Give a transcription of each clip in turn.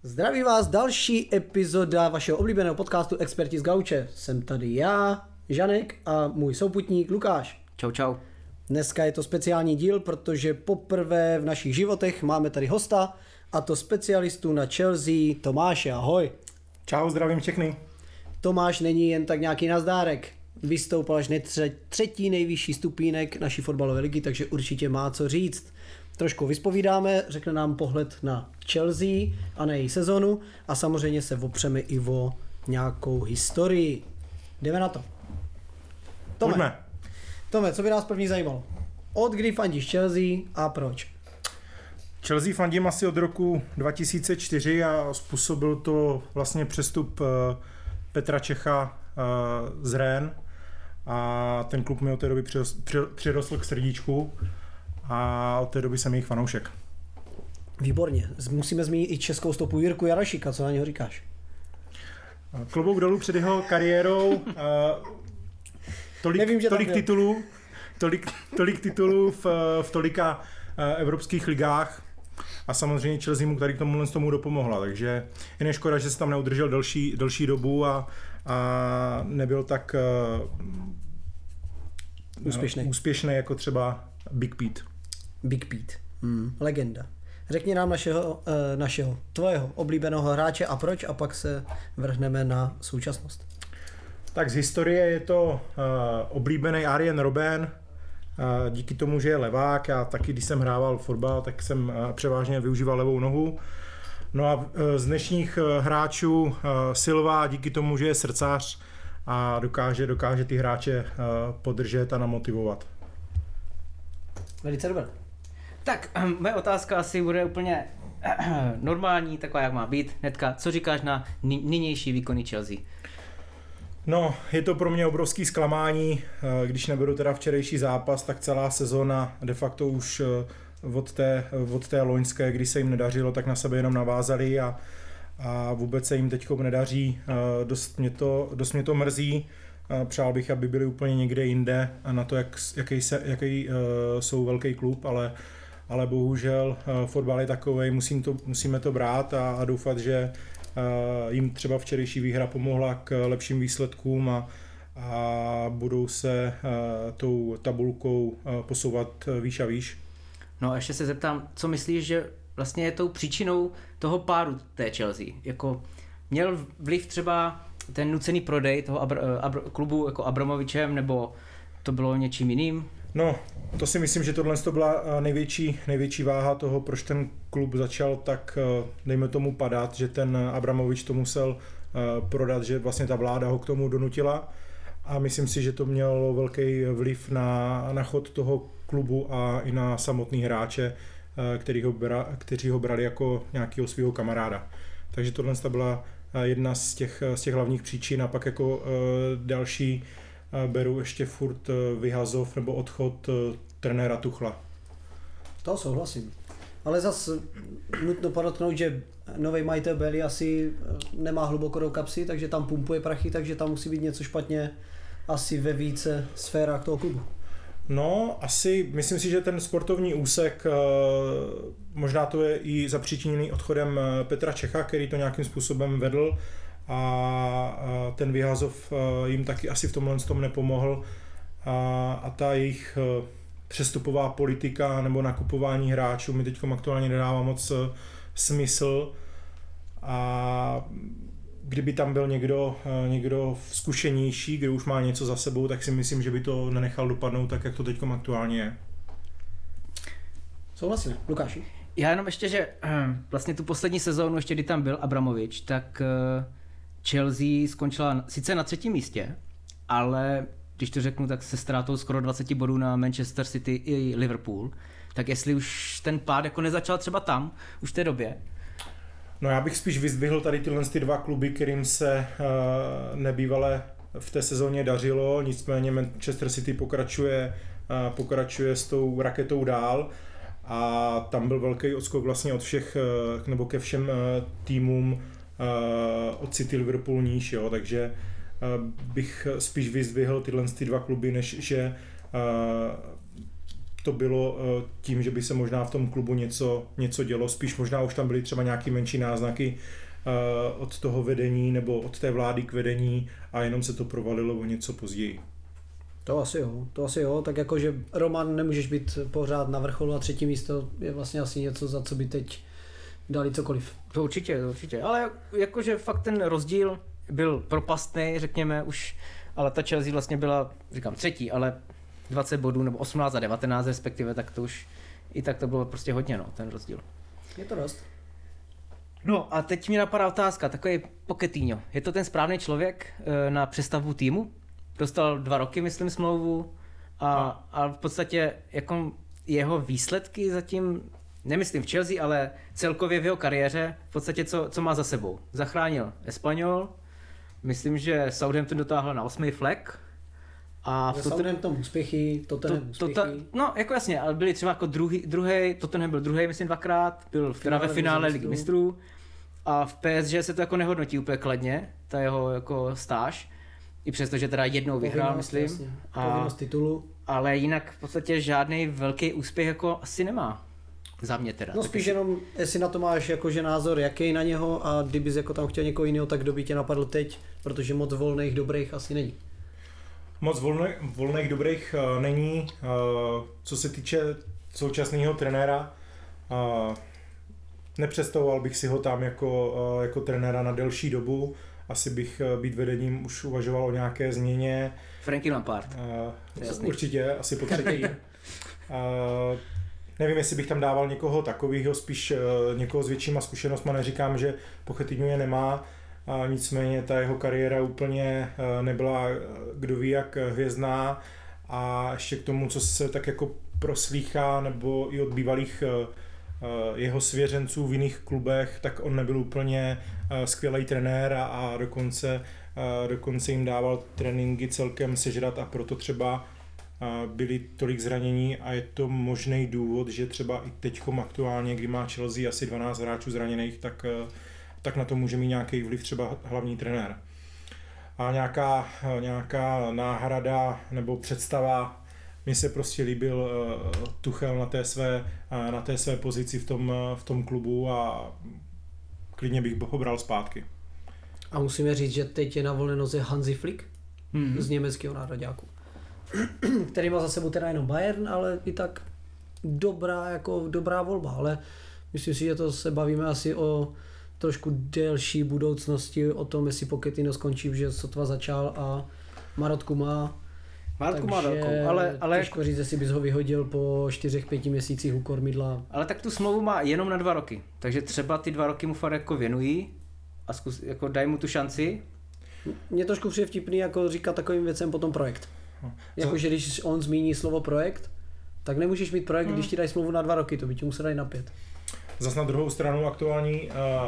Zdraví vás další epizoda vašeho oblíbeného podcastu Experti z Gauče. Jsem tady já, Žanek a můj souputník Lukáš. Čau, čau. Dneska je to speciální díl, protože poprvé v našich životech máme tady hosta, a to specialistu na Chelsea Tomáše. Ahoj. Čau, zdravím všechny. Tomáš není jen tak nějaký nazdárek. Vystoupal až třetí nejvyšší stupínek naší fotbalové ligy, takže určitě má co říct. Trošku vyspovídáme, řekne nám pohled na Chelsea a na její sezonu a samozřejmě se opřeme i o nějakou historii. Jdeme na to. Tome, co by nás první zajímalo? Od kdy fandíš Chelsea a proč? Chelsea fandím asi od roku 2004 a způsobil to vlastně přestup Petra Čecha z Rennes a ten klub mi od té doby přirostl k srdíčku a od té doby jsem jejich fanoušek. Výborně. Musíme zmínit i českou stopu Jirku Jarašíka, co na něho říkáš? Klobouk dolů před jeho kariérou. Tolik titulů v tolika evropských ligách a samozřejmě Chelsea mu tady k tomu dopomohla, takže je neškoda, že se tam neudržel delší dobu a nebyl tak úspěšný jako třeba Big Pete. Big Pete, legenda. Řekni nám tvojeho oblíbeného hráče a proč, a pak se vrhneme na současnost. Tak z historie je to oblíbený Arjen Robben, díky tomu, že je levák. Já taky, když jsem hrával fotbal, tak jsem převážně využíval levou nohu. No a z dnešních hráčů Silva, díky tomu, že je srdcař a dokáže ty hráče podržet a namotivovat. Velice dobré. Tak, moje otázka asi bude úplně normální, taková jak má být. Hnedka, co říkáš na nynější výkony Chelsea? No, je to pro mě obrovský zklamání, když neberu teda včerejší zápas, tak celá sezona de facto už od té loňské, kdy se jim nedařilo, tak na sebe jenom navázali a vůbec se jim teďko nedaří, dost mě to mrzí. Přál bych, aby byli úplně někde jinde na to, jaký jsou velký klub, ale bohužel fotbal je takovej, musíme to brát a doufat, že jim třeba včerejší výhra pomohla k lepším výsledkům a budou se tou tabulkou posouvat výš a výš. No a ještě se zeptám, co myslíš, že vlastně je tou příčinou toho pádu té Chelsea? Jako měl vliv třeba ten nucený prodej toho klubu jako Abramovičem, nebo to bylo něčím jiným? No, to si myslím, že tohle byla největší váha toho, proč ten klub začal tak, dejme tomu, padat, že ten Abramovič to musel prodat, že vlastně ta vláda ho k tomu donutila a myslím si, že to mělo velký vliv na chod toho klubu a i na samotný hráče, kteří ho brali jako nějakého svého kamaráda. Takže tohle byla jedna z těch hlavních příčin a pak jako další beru ještě furt vyhazov nebo odchod trenéra Tuchla. To souhlasím. Ale zase nutno podotknout, že nový majitel Bailey asi nemá hluboko do kapsy, takže tam pumpuje prachy, takže tam musí být něco špatně asi ve více sférách toho klubu. No, asi myslím si, že ten sportovní úsek, možná to je i zapříčiněný odchodem Petra Čecha, který to nějakým způsobem vedl, a ten vyhazov jim taky asi v tomhle tom nepomohl a ta jejich přestupová politika nebo nakupování hráčů mi teď aktuálně nedává moc smysl a kdyby tam byl někdo zkušenější, kdo už má něco za sebou, tak si myslím, že by to nenechal dopadnout tak, jak to teď aktuálně je. Souhlasím. Lukáši? Já jenom ještě, že vlastně tu poslední sezónu, ještě kdy tam byl Abramovič, tak Chelsea skončila sice na 3. místě, ale když to řeknu, tak se ztrátou skoro 20 bodů na Manchester City i Liverpool, tak jestli už ten pád jako nezačal třeba tam, už v té době. No já bych spíš vyzdvihl tady tyhle dva kluby, kterým se nebývale v té sezóně dařilo, nicméně Manchester City pokračuje s tou raketou dál a tam byl velký odskok vlastně od všech, nebo ke všem týmům od City Liverpool níž, jo, takže bych spíš vyzdvihl tyhle dva kluby, než že to bylo tím, že by se možná v tom klubu něco dělo, spíš možná už tam byly třeba nějaké menší náznaky od toho vedení nebo od té vlády k vedení a jenom se to provalilo o něco později. To asi jo, tak jako, že Roman nemůžeš být pořád na vrcholu a 3. místo je vlastně asi něco, za co by teď dali cokoliv. To určitě, ale jakože fakt ten rozdíl byl propastný, řekněme už, ale ta Chelsea vlastně byla, říkám 3., ale 20 bodů nebo 18 a 19 respektive, tak to už i tak to bylo prostě hodně, no, ten rozdíl. Je to dost. No a teď mi napadá otázka, takový Pochettino, je to ten správný člověk na přestavbu týmu? Dostal 2 roky, myslím, smlouvu a v podstatě jako jeho výsledky zatím, nemyslím v Chelsea, ale celkově v jeho kariéře, v podstatě co má za sebou. Zachránil Espanyol, myslím, že Southampton dotáhl na 8. flag. A v Southampton úspěchy, Tottenham úspěchy. No, jako jasně, ale byli třeba jako druhý, Tottenham byl druhý, myslím 2krát, byl teda ve finále Ligy mistrů. A v PSG se to jako nehodnotí úplně kladně, ta jeho jako stáž. I přesto, že teda jednou vyhrál, myslím. Jasně. Povinnost titulu. Ale jinak v podstatě žádný velký úspěch jako asi nemá. Za mě teda. No spíš jenom, jestli na to máš jakože názor, jaký na něho a kdybys jako tam chtěl někoho jiného, tak kdo by tě napadl teď, protože moc volných dobrých asi není. Moc volných dobrých není. Co se týče současného trenéra, nepředstavoval bych si ho tam jako trenéra na delší dobu. Asi bych být vedením už uvažoval o nějaké změně. Frankie Lampard. Určitě, asi po 3. Nevím, jestli bych tam dával někoho takového, spíš někoho s většíma zkušenostma. Neříkám, že Pochettino je nemá, nicméně ta jeho kariéra úplně nebyla kdo ví jak hvězdná a ještě k tomu, co se tak jako proslýchá, nebo i od bývalých jeho svěřenců v jiných klubech, tak on nebyl úplně skvělý trenér a dokonce jim dával tréninky celkem sežrat a proto třeba byly tolik zranění a je to možný důvod, že třeba i teďkom aktuálně, kdy má Chelsea asi 12 hráčů zraněných, tak na to může mít nějaký vliv třeba hlavní trenér. A nějaká náhrada nebo představa, mně se prostě líbil Tuchel na té své pozici v tom klubu a klidně bych ho bral zpátky. A musíme říct, že teď je na volné noze Hansi Flick z německého nároďáku, který má za sebou teda jenom Bayern, ale i tak dobrá volba, ale myslím si, že to se bavíme asi o trošku delší budoucnosti, o tom, jestli Pochettino skončí, že sotva začal a Marotku má. Marotku má velkou, ale těžko říct, jestli bys ho vyhodil po 4-5 měsících u kormidla. Ale tak tu smlouvu má jenom na 2 roky, takže třeba ty 2 roky mu fakt jako věnují a jako daj mu tu šanci. Mně trošku přijde vtipný jako říkat takovým věcem potom projekt. Jakože když on zmíní slovo projekt, tak nemůžeš mít projekt, když ti dají smlouvu na 2 roky, to by ti musel dát na 5. Zas na druhou stranu aktuální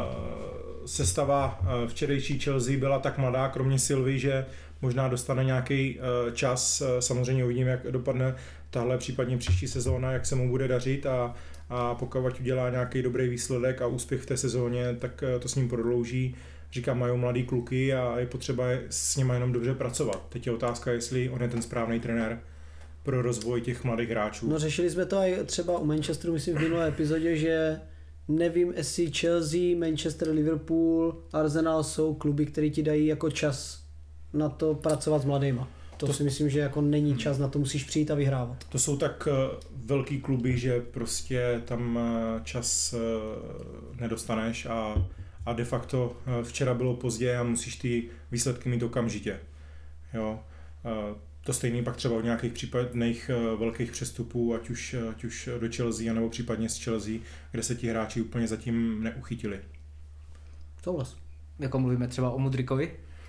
sestava včerejší Chelsea byla tak mladá, kromě Silvy, že možná dostane nějaký čas. Samozřejmě uvidíme, jak dopadne tahle případně příští sezóna, jak se mu bude dařit a pokud udělá nějaký dobrý výsledek a úspěch v té sezóně, tak to s ním prodlouží. Říkám, mají mladý kluky a je potřeba s nimi jenom dobře pracovat. Teď je otázka, jestli on je ten správný trenér pro rozvoj těch mladých hráčů. No řešili jsme to i třeba u Manchesteru, myslím v minulé epizodě, že nevím, jestli Chelsea, Manchester, Liverpool, Arsenal jsou kluby, které ti dají jako čas na to pracovat s mladýma. To si myslím, že jako není čas, na to musíš přijít a vyhrávat. To jsou tak velký kluby, že prostě tam čas nedostaneš a de facto včera bylo pozdě a musíš ty výsledky mít okamžitě. Jo. To stejný pak třeba od nějakých případných velkých přestupů, ať už do Chelsea, nebo případně z Chelsea, kde se ti hráči úplně zatím neuchytili. Souhlas. Jako mluvíme třeba o Mudrykovi?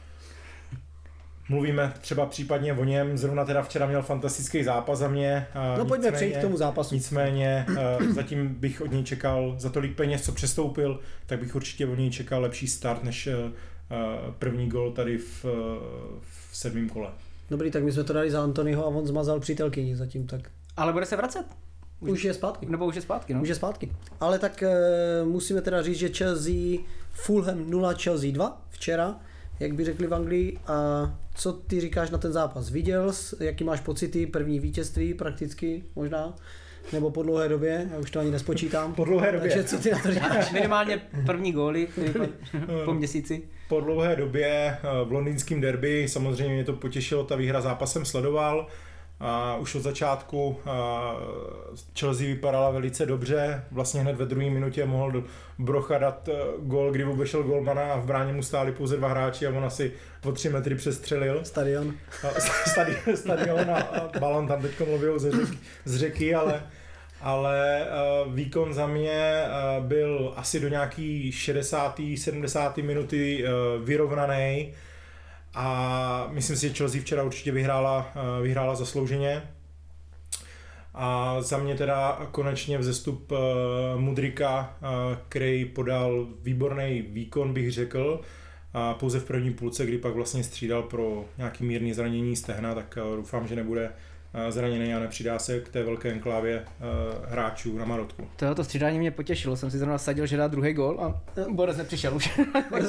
Mluvíme třeba případně o něm, zrovna teda včera měl fantastický zápas za mě. No pojďme přejít k tomu zápasu. Nicméně zatím bych od něj čekal za tolik peněz, co přestoupil, tak bych určitě od něj čekal lepší start než první gol tady v 7. kole. Dobrý, tak my jsme to dali za Antonyho a on zmazal přítelkyni zatím, tak... Ale bude se vracet? Už je zpátky. Nebo už je zpátky, no. Už je zpátky. Ale tak musíme teda říct, že Chelsea, Fulham 0, Chelsea 2 včera, jak by řekli v Anglii. A co ty říkáš na ten zápas? Viděl jsi, jaký máš pocity, první vítězství prakticky možná? Nebo po dlouhé době, já už to ani nespočítám. Po dlouhé době. Takže co ty na to říkáš? Minimálně první góly po měsíci. Po dlouhé době v londýnském derby samozřejmě mě to potěšilo, ta výhra zápasem sledoval. Už od začátku Chelsea vypadala velice dobře, vlastně hned ve druhé minutě mohl do Brocha dát gól, kdy obešel golmana a v bráně mu stáli pouze 2 hráči a on asi o 3 metry přestřelil. Stadion. Stadion a balon tam teď mluvil z řeky, ale výkon za mě byl asi do nějaký 60. 70. minuty vyrovnaný. A myslím si, že Chelsea včera určitě vyhrála zaslouženě. A za mě teda konečně vzestup Mudryka, který podal výborný výkon, bych řekl. A pouze v první půlce, kdy pak vlastně střídal pro nějaký mírný zranění stehna, tak doufám, že nebude zraněný a nepřidá se k té velké enklávě hráčů na Marotku. To střídání mě potěšilo, jsem si zrovna sadil, že dá druhý gól a Borec nepřišel už.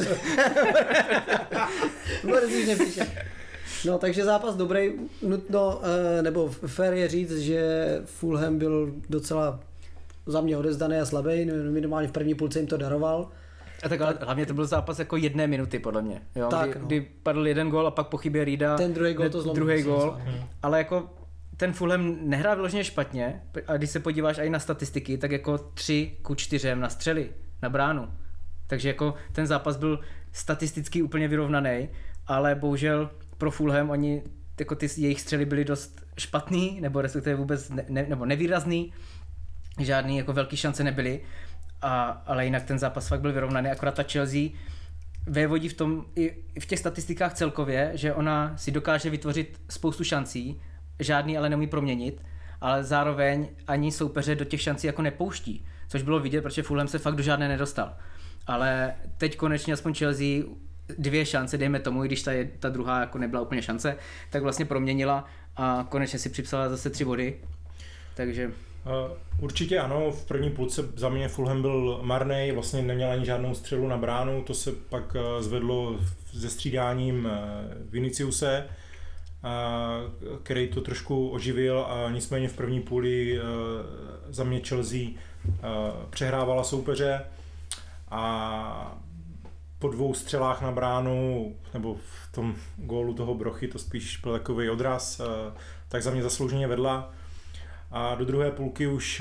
Borec už nepřišel. No, takže zápas dobrý, nutno, nebo fair je říct, že Fulham byl docela za mě odevzdaný a slabý, minimálně v první půlce jim to daroval. A tak ale hlavně to byl zápas jako 1 minuty podle mě, jo? Tak, kdy padl 1 gól a pak po chybě Reeda ten druhý gól to zlomil. Druhý gól, ale jako ten Fulham nehrál vyloženě špatně a když se podíváš i na statistiky, tak jako 3-4 na střely, na bránu. Takže jako ten zápas byl statisticky úplně vyrovnaný, ale bohužel pro Fulham oni jako ty jejich střely byly dost špatný, nebo respektive vůbec nebo nevýrazný, žádný jako velký šance nebyly, ale jinak ten zápas fakt byl vyrovnaný, akorát ta Chelsea vévodí v tom i v těch statistikách celkově, že ona si dokáže vytvořit spoustu šancí, žádný ale neumí proměnit, ale zároveň ani soupeře do těch šancí jako nepouští, což bylo vidět, protože Fulham se fakt do žádné nedostal. Ale teď konečně aspoň Chelsea 2 šance, dejme tomu, i když ta druhá jako nebyla úplně šance, tak vlastně proměnila a konečně si připsala zase 3 body. Takže určitě ano, v první půlce za mě Fulham byl marnej, vlastně neměl ani žádnou střelu na bránu, to se pak zvedlo se střídáním Viniciuse, který to trošku oživil a nicméně v první půli za mě Chelsea přehrávala soupeře a po 2 střelách na bránu, nebo v tom gólu toho Brochy, to spíš byl takový odraz, tak za mě zaslouženě vedla. A do druhé půlky už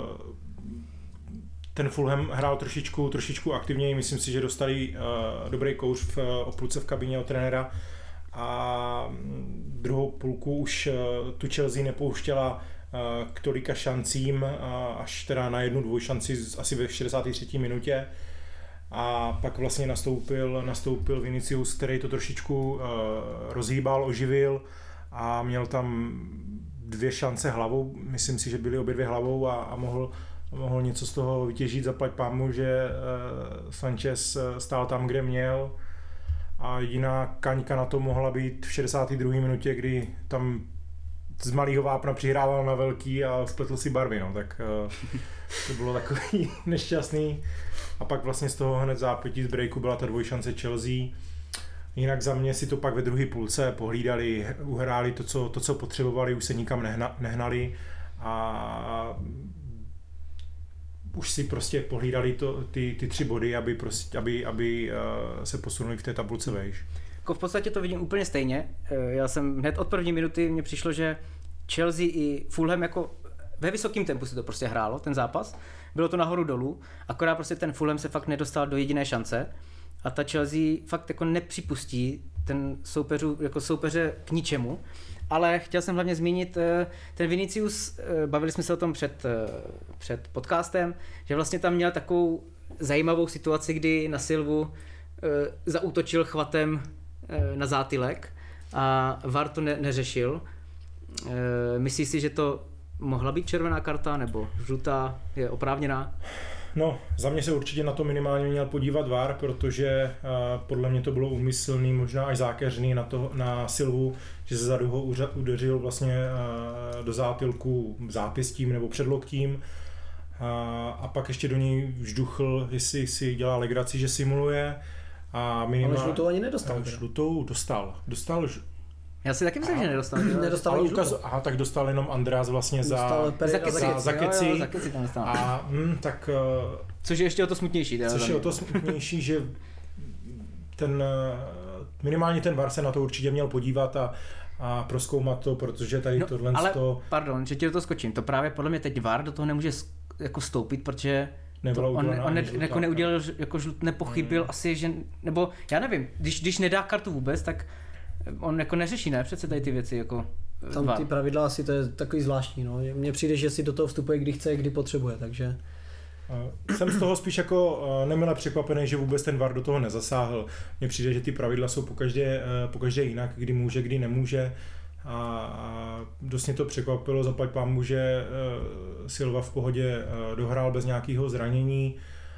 ten Fulham hrál trošičku aktivněji, myslím si, že dostali dobrý kouř v půlce v kabině od trenéra a druhou půlku už tu Chelsea nepouštěla k tolika šancím, až teda na 1-2 šanci asi ve 63. minutě. A pak vlastně nastoupil Vinicius, který to trošičku rozhýbal, oživil a měl tam 2 šance hlavou, myslím si, že byly obě 2 hlavou a mohl něco z toho vytěžit, zaplať pámu, že Sanchez stál tam, kde měl a jediná kaňka na to mohla být v 62. minutě, kdy tam z malého vápna přihrával na velký a spletl si barvy, no, tak to bylo takový nešťastný a pak vlastně z toho hned zápětí z breaku byla ta dvojšance Chelsea. Jinak za mě si to pak ve druhé půlce pohlídali, uhráli to, co potřebovali, už se nikam nehnali a už si prostě pohlídali ty 3 body, aby se posunuli v té tabulce vejš. Jako v podstatě to vidím úplně stejně. Já jsem hned od první minuty mně přišlo, že Chelsea i Fulham jako ve vysokém tempu se to prostě hrálo, ten zápas. Bylo to nahoru dolů, akorát prostě ten Fulham se fakt nedostal do jediné šance a ta Chelsea fakt jako nepřipustí jako soupeře k ničemu. Ale chtěl jsem hlavně zmínit ten Vinicius, bavili jsme se o tom před podcastem, že vlastně tam měl takovou zajímavou situaci, kdy na Silvu zaútočil chvatem na zátylek a VAR to neřešil. Myslíš si, že to mohla být červená karta nebo žlutá, je oprávněná? No, za mě se určitě na to minimálně měl podívat VAR, protože podle mě to bylo úmyslný, možná až zákeřný na Silvu, že se zadu ho udeřil vlastně do zátylku zápěstím nebo předloktím a pak ještě do něj vžduchl, jestli si dělá legraci, že simuluje. A ale žlutou ani nedostal. Žlutou dostal. Já si taky myslím, že nedostal. Nedostal Ale ani žlutou. aha, tak dostal jenom Andreas vlastně Dostal Pereira za keci. Jo, za keci tam dostal. A tak... Což je ještě o to smutnější. Teda Což je o to smutnější, že minimálně ten VAR se na to určitě měl podívat a prozkoumat to, protože tady tohle ale, to... pardon, že ti do toho skočím. To právě podle mě teď VAR do toho nemůže jako vstoupit, protože on neudělal, jako nepochybil asi, že, nebo já nevím, když nedá kartu vůbec, tak on jako neřeší, ne? Přece tady ty věci jako tam VAR. ty pravidla asi to je takový zvláštní, no. Mně přijde, že si do toho vstupuje, kdy chce, kdy potřebuje, takže... Jsem z toho spíš jako nemile překvapený, že vůbec ten VAR do toho nezasáhl. Mně přijde, že ty pravidla jsou pokaždé jinak, kdy může, kdy nemůže. A dost mě to překvapilo, zaplať pámu, že Silva v pohodě dohrál bez nějakého zranění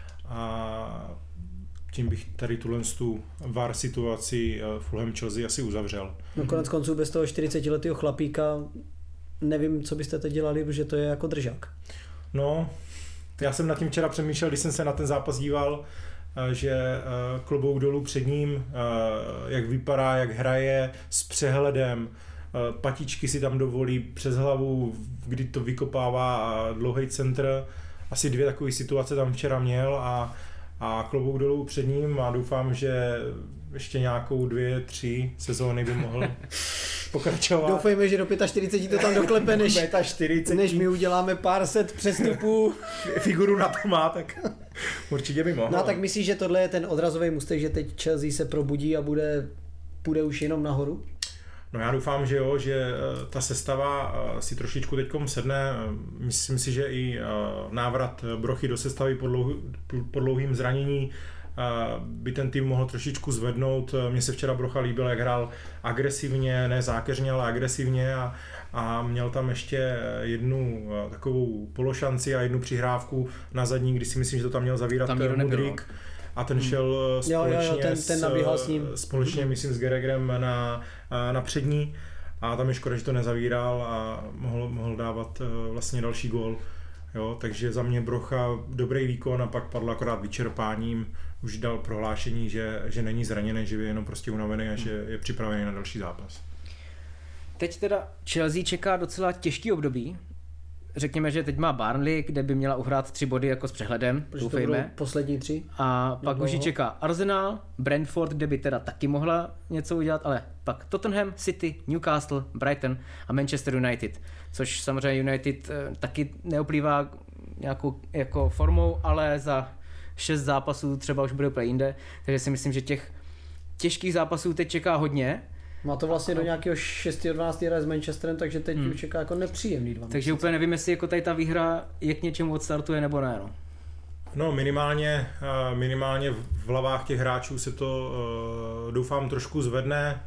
a tím bych tady tu VAR situaci Fulham Chelsea asi uzavřel. No konec konců bez toho 40letého chlapíka nevím, co byste teď dělali, protože to je jako držák. No, já jsem nad tím včera přemýšlel, když jsem se na ten zápas díval, že klobouk dolů před ním, jak vypadá, jak hraje, s přehledem, patičky si tam dovolí přes hlavu, kdy to vykopává a dlouhý centr. Asi 2 takové situace tam včera měl a klobouk dolů před ním a doufám, že ještě nějakou 2, 3 sezóny by mohl pokračovat. Doufejme, že do 45 to tam doklepe, než my uděláme pár set přestupů. Figuru na to má, tak určitě by mohl. No tak myslíš, že tohle je ten odrazový můstek, že teď Chelsea se probudí a bude už jenom nahoru? No já doufám, že jo, že ta sestava si trošičku teďkom sedne. Myslím si, že i návrat Brochy do sestavy po dlouhým zranění by ten tým mohl trošičku zvednout. Mně se včera Brocha líbil, jak hrál agresivně, ne zákeřně, ale agresivně a měl tam ještě jednu takovou pološanci a jednu přihrávku na zadní, kdy si myslím, že to tam měl zavírat Mudryk. A ten šel společně myslím, s Geregrem na přední a tam je škoda, že to nezavíral a mohl dávat vlastně další gól. Jo, takže za mě Brocha dobrý výkon a pak padl akorát vyčerpáním. Už dal prohlášení, že není zraněný, že je jenom prostě unavený a že je připravený na další zápas. Teď teda Chelsea čeká docela těžký období. Řekněme, že teď má Burnley, kde by měla uhrát 3 body jako s přehledem, protože doufejme. to budou poslední 3. A pak už ji čeká Arsenal, Brentford, kde by teda taky mohla něco udělat, ale pak Tottenham, City, Newcastle, Brighton a Manchester United. Což samozřejmě United taky neoplývá nějakou jako formou, ale za 6 zápasů třeba už bude úplně jinde. Takže si myslím, že těch těžkých zápasů teď čeká hodně. Má to vlastně do nějakého 6.12. hraje s Manchesterem, takže teď už čeká jako nepříjemný 2 Takže úplně nevím, jestli jako tady ta výhra je k něčemu odstartuje nebo ne. No. No minimálně v hlavách těch hráčů se to doufám trošku zvedne.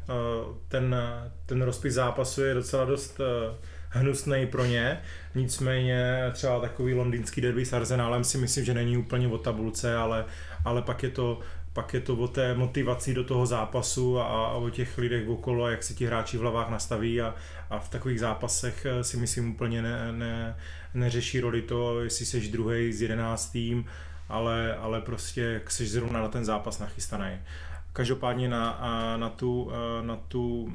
Ten rozpis zápasu je docela dost hnusnej pro ně. Nicméně třeba takový londýnský derby s Arsenálem si myslím, že není úplně o tabulce, ale pak je to o té motivaci do toho zápasu a o těch lidech okolo, jak se ti hráči v hlavách nastaví a v takových zápasech si myslím úplně neřeší roli to, jestli seš druhej s 11. ale prostě jak seš zrovna na ten zápas nachystaný. Každopádně na tu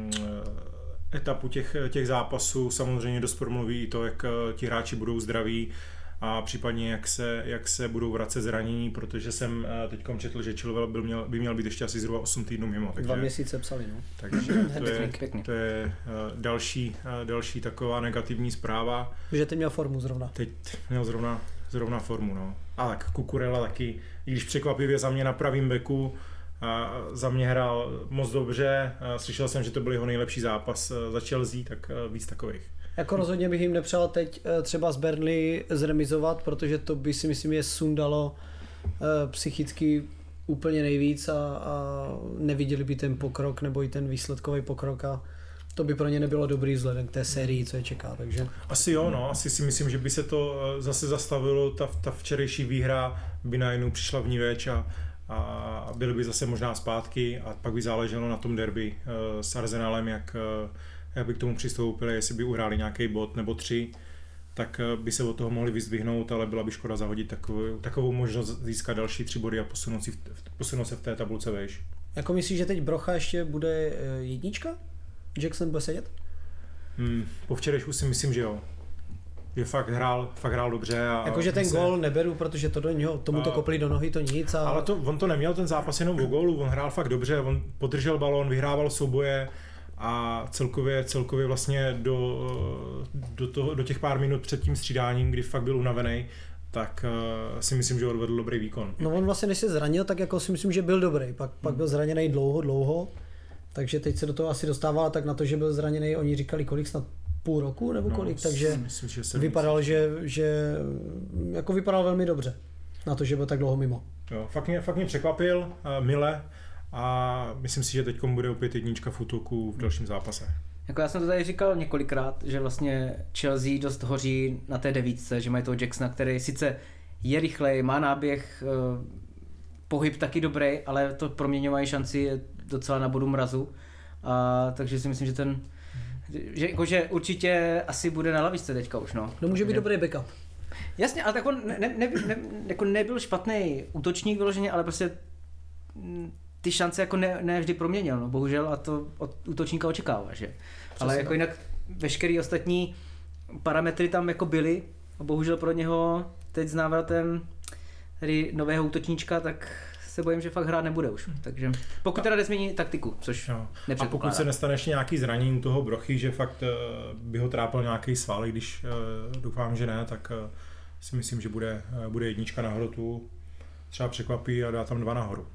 etapu těch zápasů samozřejmě dost promluví i to, jak ti hráči budou zdraví a případně jak se budou vracet zranění, protože jsem teďkom četl, že Chilwell by měl být ještě asi zhruba 8 týdnů mimo. Takže, 2 měsíce psali, no. Takže to je další taková negativní zpráva. Že teď měl formu zrovna. Teď měl zrovna formu, no. A tak Cucurella taky, i když překvapivě za mě na pravým beku, za mě hrál moc dobře, slyšel jsem, že to byl jeho nejlepší zápas za Chelsea, tak víc takových. Jako rozhodně bych jim nepřál teď třeba z Burnley zremizovat, protože to by si myslím je sundalo psychicky úplně nejvíc a neviděli by ten pokrok nebo i ten výsledkový pokrok a to by pro ně nebylo dobrý vzhledem k té sérii, co je čeká, takže... Asi jo, no, asi si myslím, že by se to zase zastavilo, ta včerejší výhra by najednou přišla v ní več a byli by zase možná zpátky a pak by záleželo na tom derby s Arsenálem, jak by k tomu přistoupili, jestli by uhráli nějaký bod nebo 3, tak by se od toho mohli vyzdvihnout, ale byla by škoda zahodit takovou možnost získat další 3 body a posunout se v té tabulce vejš. Jako myslíš, že teď Brocha ještě bude jednička? Jackson bude sedět? Po včerejšku si myslím, že jo. Že fakt hrál dobře. Jakože ten gól neberu, protože to do něho, tomu to kopli do nohy, to nic. Ale on to neměl ten zápas jenom o gólu, on hrál fakt dobře, on podržel balón, vyhrával souboje a celkově vlastně do těch pár minut před tím střídáním, kdy fakt byl unavený, tak si myslím, že odvedl dobrý výkon. No on vlastně, než se zranil, tak jako si myslím, že byl dobrý. Pak byl zraněný dlouho, takže teď se do toho asi dostával, tak na to, že byl zraněný, oni říkali kolik, snad půl roku nebo kolik, takže myslím, že vypadal, že jako vypadal velmi dobře na to, že byl tak dlouho mimo. Jo, fakt mě překvapil, mile, a myslím si, že teď bude opět jednička v útoku v dalším zápase. Jako já jsem to tady říkal několikrát, že vlastně Chelsea dost hoří na té devítce, že mají toho Jacksona, který sice je rychlej, má náběh, pohyb taky dobrý, ale to proměňování šanci je docela na bodu mrazu. A takže si myslím, že určitě asi bude na lavičce teďka už. No může být dobrý backup. Jasně, ale tak on jako nebyl špatný útočník vyloženě, ale prostě ty šance jako ne vždy proměnil, no bohužel, a to od útočníka očekává, že? Ale jako jinak veškerý ostatní parametry tam jako byly a bohužel pro něho teď s návratem tady nového útočníčka, tak se bojím, že fakt hrát nebude už. Takže pokud teda nezmění taktiku, což nepředpokládám. A pokud se nestane ještě nějaký zranění toho Brochy, že fakt by ho trápil nějaký sval, když doufám, že ne, tak si myslím, že bude jednička na hrotu, třeba překvapí a dá tam 2 nahoru.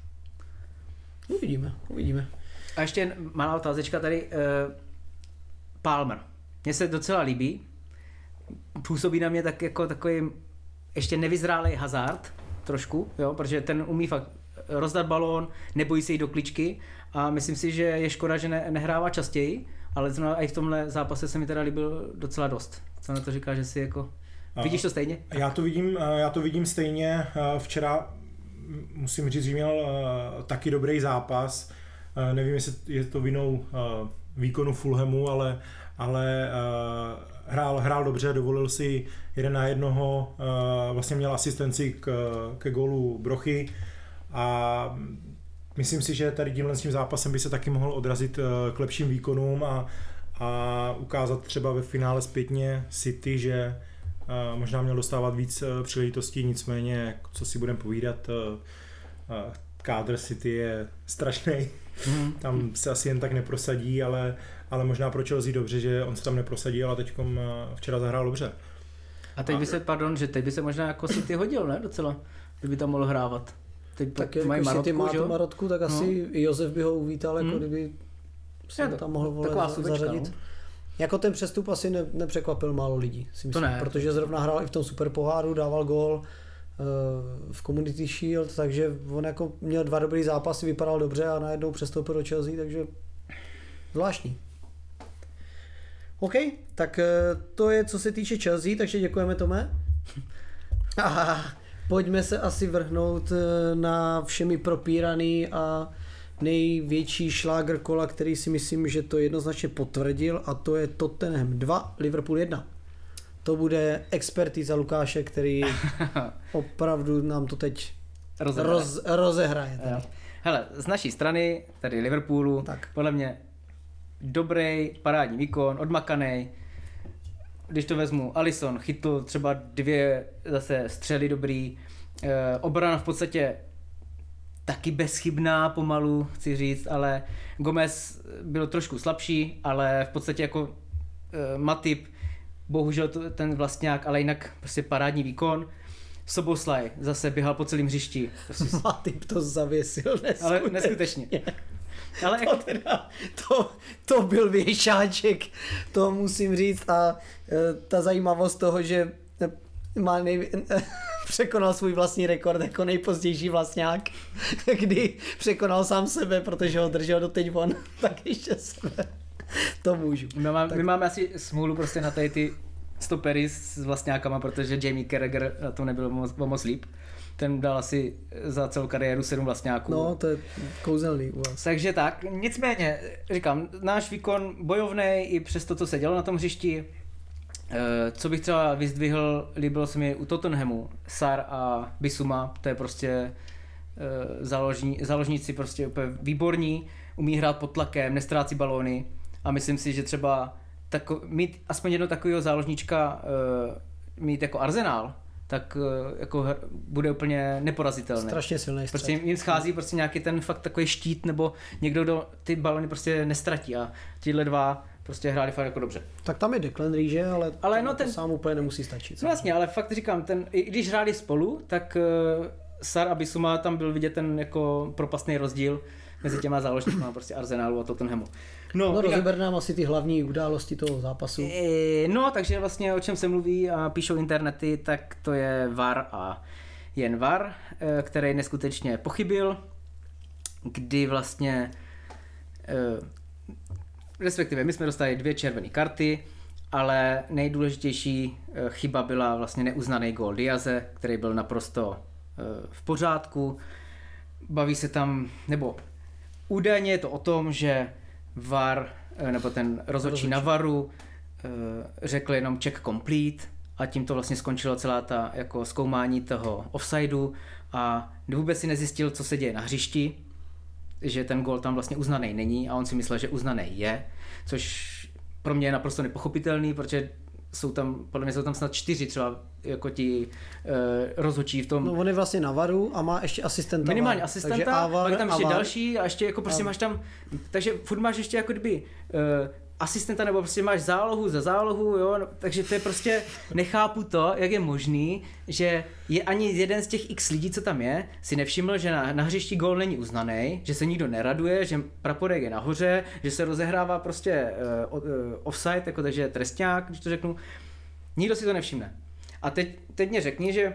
Uvidíme. A ještě malá otázečka tady. Palmer. Mně se docela líbí. Působí na mě tak jako takový ještě nevyzrálej Hazard trošku, jo, protože ten umí fakt rozdat balón, nebojí se jít do kličky a myslím si, že je škoda, že nehrává častěji, ale zrovna i v tomhle zápase se mi teda líbil docela dost. Co na to říká, že si jako... Vidíš to stejně? Já to vidím stejně. Včera musím říct, že měl taky dobrý zápas. Nevím, jestli je to vinou výkonu Fulhamu, ale hrál dobře, dovolil si 1 na 1, vlastně měl asistenci ke gólu Brochy a myslím si, že tady tímhle s tím zápasem by se taky mohl odrazit k lepším výkonům a ukázat třeba ve finále zpětně City, že možná měl dostávat víc příležitostí, nicméně, co si budeme povídat, kádr City je strašný. Tam se asi jen tak neprosadí, ale možná pro Chelsea dobře, že on se tam neprosadí, ale teďkom včera zahrál dobře. A teď by se možná jako City hodil, ne? Docela, kdyby tam mohl hrávat. Teď tak jako City má tu Marotku, tak asi Josef by ho uvítal, jako kdyby si ho tam mohl zařadit. No. Jako ten přestup asi nepřekvapil málo lidí, si myslím, protože zrovna hrál i v tom superpoháru, dával gól v Community Shield, takže on jako měl 2 dobrý zápasy, vypadal dobře a najednou přestoupil do Chelsea, takže zvláštní. OK, tak to je co se týče Chelsea, takže děkujeme, Tome. A pojďme se asi vrhnout na všemi propíraný a největší šlágr kola, který si myslím, že to jednoznačně potvrdil, a to je Tottenham 2, Liverpool 1. To bude expertíza Lukáše, který opravdu nám to teď rozehraje. Hele, z naší strany, tady Liverpoolu, tak. Podle mě dobrý parádní výkon, odmakaný. Když to vezmu, Alisson chytl třeba 2 zase střely dobrý. Obrana v podstatě taky bezchybná pomalu, chci říct, ale Gomez byl trošku slabší, ale v podstatě jako Matip, bohužel ten vlastňák, ale jinak prostě parádní výkon. Soboslaj zase běhal po celém hřišti. Matip to zavěsil neskutečně. Ale neskutečně. Ale to byl věšáček, to musím říct, a ta zajímavost toho, že má překonal svůj vlastní rekord jako nejpozdější vlastňák, kdy překonal sám sebe, protože ho držel doteď on, tak ještě sebe. To můžu. My máme asi smůlu prostě na tady ty stopery s vlastňákama, protože Jamie Carragher na tom nebyl moc líp. Ten dal asi za celou kariéru 7 vlastňáků. No, to je kouzelný u vás. Takže tak, nicméně, říkám, náš výkon bojovnej i přes to, co se dělo na tom hřišti. Co bych třeba vyzdvihl, líbilo se mi u Tottenhamu, Sar a Bissouma, to je prostě záložníci prostě úplně výborní, umí hrát pod tlakem, nestrácí balóny A myslím si, že třeba mít aspoň jedno takového záložníčka, mít jako Arsenal, tak jako bude úplně neporazitelný. Strašně silný střed. Prostě jim schází prostě nějaký ten fakt takový štít, nebo někdo, kdo ty balony prostě nestratí a tihle dva prostě hráli fakt jako dobře. Tak tam je Declan Rice, ale no to sám úplně nemusí stačit. No vlastně, ale fakt říkám, i když hráli spolu, tak Sar a Bissouma tam byl vidět ten jako propastný rozdíl mezi těma záložníkama prostě Arsenalu a Tottenhamu. No rozeber nám asi ty hlavní události toho zápasu. No, takže vlastně o čem se mluví a píšou internety, tak to je VAR a jen VAR, který neskutečně pochybil, kdy vlastně respektive my jsme dostali 2 červené karty, ale nejdůležitější chyba byla vlastně neuznaný gól Diaze, který byl naprosto v pořádku. Baví se tam, nebo údajně je to o tom, že VAR, nebo ten rozhodčí na VARu řekl jenom check complete a tím to vlastně skončilo celá ta jako zkoumání toho offsideu a vůbec si nezjistil, co se děje na hřišti, že ten gól tam vlastně uznaný není a on si myslel, že uznaný je, což pro mě je naprosto nepochopitelný, protože podle mě jsou tam snad 4 třeba jako ti rozhodčí v tom. No on je vlastně na VARu a má ještě asistenta. Minimálně asistenta, pak tam ještě další a ještě jako prostě máš tam, takže furt máš ještě jako kdyby asistenta nebo prostě máš zálohu za zálohu, jo, no, takže to je prostě, nechápu to, jak je možný, že je ani jeden z těch x lidí, co tam je, si nevšiml, že na hřišti gól není uznaný, že se nikdo neraduje, že praporek je nahoře, že se rozehrává prostě offside, jako takže trestňák, když to řeknu, nikdo si to nevšimne. A teď mě řekni, že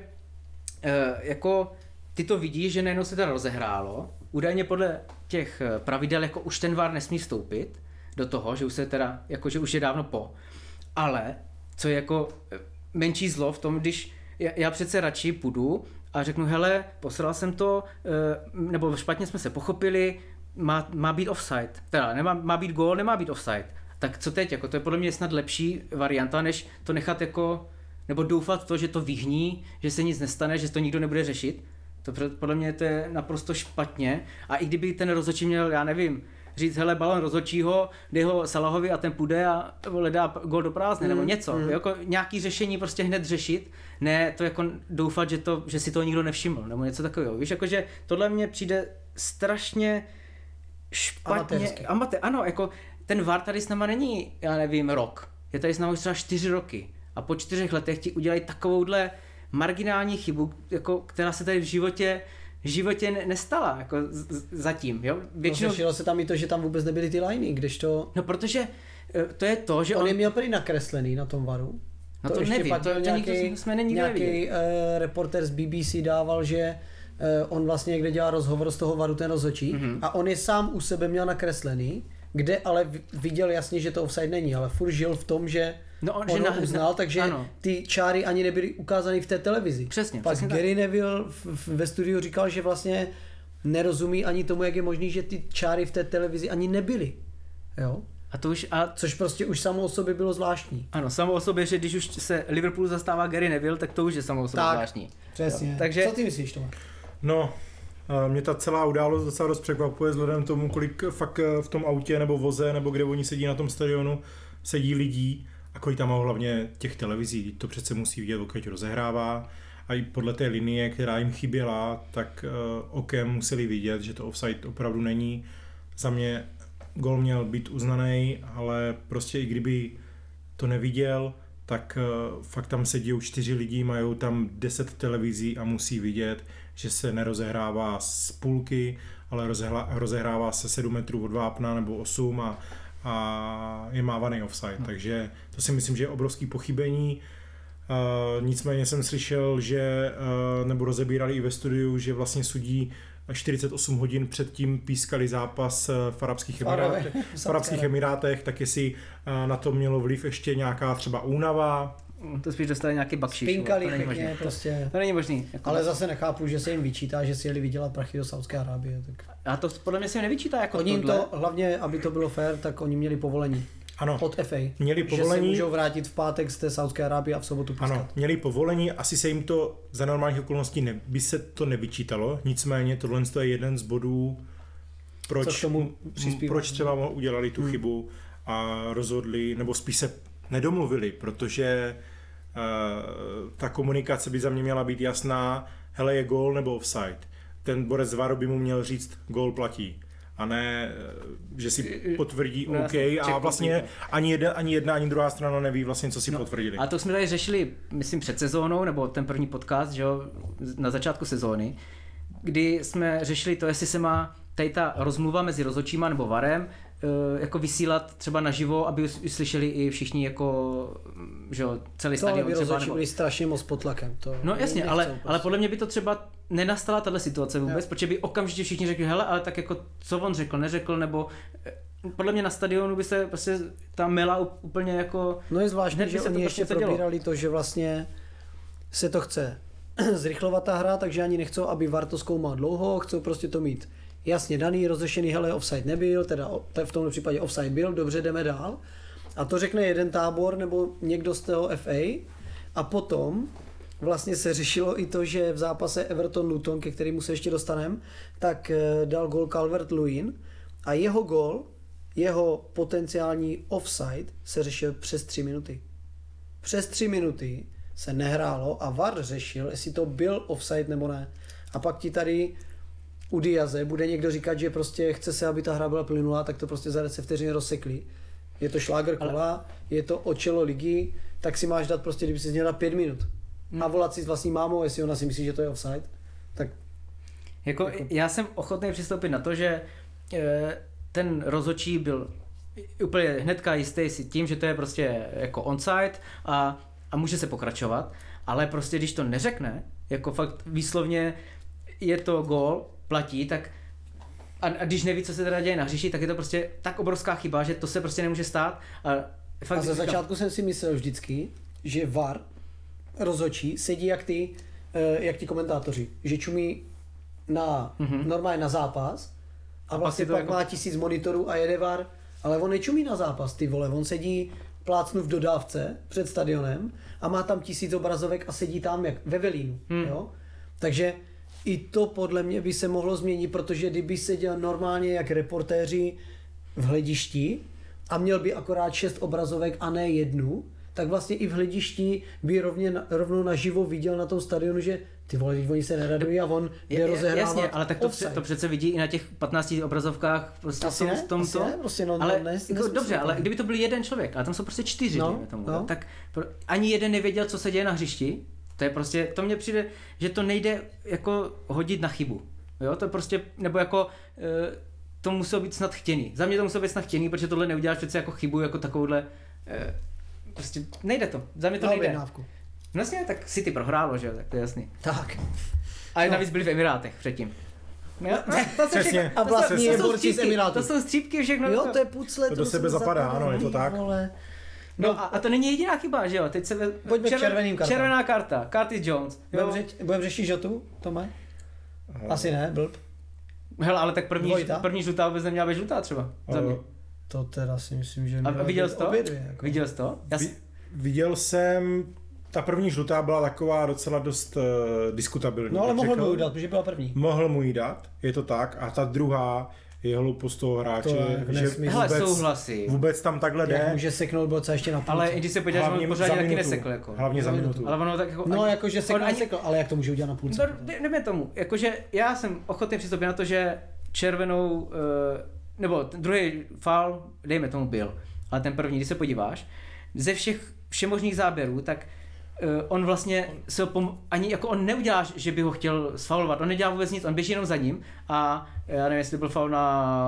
jako ty to vidíš, že najednou se to rozehrálo, údajně podle těch pravidel jako už ten VAR nesmí vstoupit do toho, že už se teda, jako že už je dávno po. Ale, co je jako menší zlo v tom, když já přece radši půjdu a řeknu, hele, posral jsem to, nebo špatně jsme se pochopili, má být offside, teda má být gól, nemá být offside. Tak co teď, jako to je podle mě snad lepší varianta, než to nechat jako, nebo doufat v to, že to vyhní, že se nic nestane, že to nikdo nebude řešit. To podle mě to je naprosto špatně a i kdyby ten rozhodčí měl, já nevím, říct, hele, balon rozhodčího, dej ho Salahovi a ten půjde a dá gól do prázdne, nebo něco. Jako nějaký řešení prostě hned řešit, ne to jako doufat, že si toho nikdo nevšiml, nebo něco takového. Víš, jakože tohle mně přijde strašně špatně. Ano, jako ten VAR tady s náma není, já nevím, rok. Je tady s náma už třeba 4 roky. A po 4 letech ti udělají takovouhle marginální chybu, jako, která se tady v životě nestala, jako zatím, jo? Většinou... Řešilo se tam i to, že tam vůbec nebyly ty liney, kdežto... No protože to je to, že on je měl prý nakreslený na tom VARu. No to nevím, to jsme nějaký reporter z BBC dával, že on někde někde dělá rozhovor z toho VARu ten rozhodčí a on je sám u sebe měl nakreslený, kde ale viděl jasně, že to offside není, ale furt žil v tom, že on ho uznal, takže ano. Ty čáry ani nebyly ukázány v té televizi. Přesně. Pak Gary Neville ve studiu říkal, že vlastně nerozumí ani tomu, jak je možný, že ty čáry v té televizi ani nebyly. Jo? Což prostě už samo o sobě bylo zvláštní. Ano, samo o sobě, že když už se Liverpool zastává Gary Neville, tak to už je samo o sobě zvláštní. Přesně. Jo. Takže... Co ty myslíš, Tomáš? No, mě ta celá událost docela dost překvapuje vzhledem k tomu, kolik fakt v tom autě nebo voze, nebo kde oni sedí na tom stadionu, sedí lidí a kolik tam má hlavně těch televizí. To přece musí vidět, pokud rozehrává. A i podle té linie, která jim chyběla, tak okem museli vidět, že to offside opravdu není. Za mě gól měl být uznaný, ale prostě i kdyby to neviděl, tak fakt tam sedí 4 lidi, mají tam 10 televizí a musí vidět, že se nerozehrává z půlky, ale rozehrává se 7 metrů od vápna nebo 8 a je mávaný offside. Takže to si myslím, že je obrovský pochybení. Nicméně jsem slyšel, že nebo rozebírali i ve studiu, že vlastně sudí 48 hodin předtím pískali zápas v Arabských Emirátech, tak jestli na to mělo vliv ještě nějaká třeba únava. To spíš dostali nějaký bakšiš. Spinkali pěkně prostě. To není možný. Jako ale zase nechápu, že se jim vyčítá, že si jeli vydělat prachy do Saúdské Arábie. Tak... A to podle mě se jim nevyčítá jako oni to, hlavně, aby to bylo fair, tak oni měli povolení. Ano. Od FA. Měli povolení. Že se můžou vrátit v pátek z té Saúdské Arábie a v sobotu pískat. Ano, měli povolení, asi se jim to za normálních okolností by se to nevyčítalo, nicméně tohle je jeden z bodů, proč třeba udělali tu chybu a rozhodli, nebo spíš se nedomluvili, protože ta komunikace by za mě měla být jasná, hele, je gól nebo offside. Ten borec VAR by mu měl říct, gól platí. A ne, že si potvrdí OK a vlastně ani jedna, ani druhá strana neví vlastně, co si potvrdili. A to jsme tady řešili, myslím, před sezónou, nebo ten první podcast, že jo, na začátku sezóny, kdy jsme řešili to, jestli se má tady ta rozmluva mezi rozhodčíma nebo VARem jako vysílat třeba naživo, aby slyšeli i všichni jako, že jo, celý stadion třeba. Rozhodčí byli strašně moc pod tlakem. To no jasně, ale podle mě by to třeba nenastala tahle situace vůbec, protože by okamžitě všichni řekli, hele, ale tak jako co on řekl, neřekl, nebo podle mě na stadionu by se prostě ta mela úplně jako... No je zvláštní, že oni prostě ještě probírali to, že vlastně se to chce zrychlovat ta hra, takže ani nechcou, aby VAR to zkoumal dlouho, chcou prostě to mít jasně daný, rozřešený, hele, offside nebyl, teda v tomto případě offside byl, dobře, jdeme dál. A to řekne jeden tábor nebo někdo z toho FA a potom vlastně se řešilo i to, že v zápase Everton-Luton, ke kterému se ještě dostaneme, tak dal gól Calvert-Lewin a jeho gól, jeho potenciální offside se řešil přes 3 minuty. Přes 3 minuty se nehrálo a VAR řešil, jestli to byl offside nebo ne. A pak ti tady u Diaze bude někdo říkat, že prostě chce se, aby ta hra byla plynulá, tak to prostě za 10 vteřin rozsekli. Je to šláger kola, je to o čelo ligy, tak si máš dát prostě, kdyby si měl 5 minut. A volat si s vlastní mámou, jestli ona si myslí, že to je offside, tak... Jako já jsem ochotný přistoupit na to, že ten rozhodčí byl úplně hnedka jistý si tím, že to je prostě jako onside a může se pokračovat, ale prostě když to neřekne, jako fakt výslovně je to gól, platí, tak a když neví, co se teda děje na hřišti, tak je to prostě tak obrovská chyba, že to se prostě nemůže stát. A ze začátku jsem si myslel vždycky, že VAR rozhodčí sedí jak ty komentátoři, že čumí normálně na zápas a vlastně pak má 1000 monitorů a jede VAR, ale on nečumí na zápas, ty vole, on sedí plácnu v dodávce před stadionem a má tam 1000 obrazovek a sedí tam jak ve velínu, jo? Takže i to podle mě by se mohlo změnit, protože kdyby seděl normálně jak reportéři v hledišti a měl by akorát 6 obrazovek a ne 1, tak vlastně i v hledišti by rovnou naživo viděl na tom stadionu, že ty vole, oni se neradují a on jde rozehrávat. Jasně, ale tak to přece vidí i na těch 15 obrazovkách prostě asi ne, tomto. Asi ne, prostě ale jako, dobře, ale kdyby to byl jeden člověk, ale tam jsou prostě 4, tak ani jeden nevěděl, co se děje na hřišti. To je prostě, to mně přijde, že to nejde jako hodit na chybu. Jo, to prostě, nebo jako to muselo být snad chtěný. Za mě to muselo být snad chtěný, protože tohle neuděláš přece jako chybu, jako takovouhle, prostě nejde to. Za mě to nejde. Vlastně, tak City prohrálo, že jo, tak to je jasný. Tak. Ale navíc byli v Emirátech předtím. Přesně. A vlastně je borci z Emirátů. To jsou střípky, všechno. Jo, to je pucle. To do sebe zapadá, ano, je to tak. No a to není jediná chyba, že jo? Teď se pojďme k červeným kartám. Červená karta, Curtis Jones. Budeme řešit žotu, Tome? Asi ne, blb. Hele, ale tak první žlutá vůbec neměla být žlutá třeba, za mě. To teda si myslím, že... A viděl jsi to? Jako. Viděl jsi to? Viděl jsem, ta první žlutá byla taková docela dost diskutabilní. No ale mohl mu ji dát, protože byla první. Mohl mu ji dát, je to tak, a ta druhá je hloupost toho hráče, že vůbec tam takhle jde. Jak může seknout boca ještě na půlce. Ale když se podíváš, on pořádně taky nesekl. Jako. Hlavně za minutu. Ale ono tak jako, no jakože sekl, ale jak to může udělat na půlce? No, jdeme tomu, jakože já jsem ochotný přistoupit na to, že červenou, nebo druhý faul, dejme tomu byl, ale ten první, když se podíváš, ze všech všemožných záběrů, tak on vlastně se ani jako on neudělá, že by ho chtěl sfaulovat, on nedělá vůbec nic, on běží jenom za ním a já nevím, jestli byl faul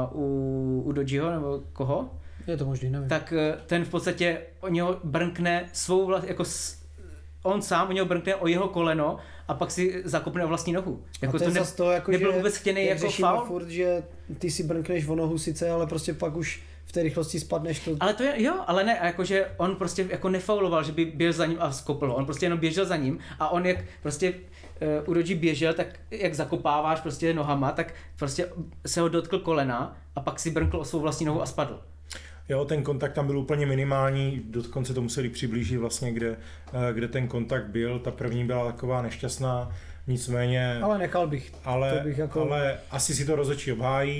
u Dodžiho nebo koho. Je to možný, nevím. Tak ten v podstatě o něho brnkne svou jako on sám o něho brnkne o jeho koleno a pak si zakopne o vlastní nohu. Jako to jako nebyl že, vůbec chtěný jako faul. Furt, že ty si brnkneš o nohu sice, ale prostě pak už v té rychlosti spadneš to. Ale to je, jo, ale ne, jakože on prostě jako nefauloval, že by běžel za ním a skopl. On prostě jenom běžel za ním a on jak prostě u Dodži běžel, tak jak zakopáváš prostě nohama, tak prostě se ho dotkl kolena a pak si brnkl o svou vlastní nohu a spadl. Jo, ten kontakt tam byl úplně minimální, dokonce to museli přiblížit vlastně, kde ten kontakt byl. Ta první byla taková nešťastná, nicméně... Ale nechal bych. Ale asi si to rozhodčí obhájí.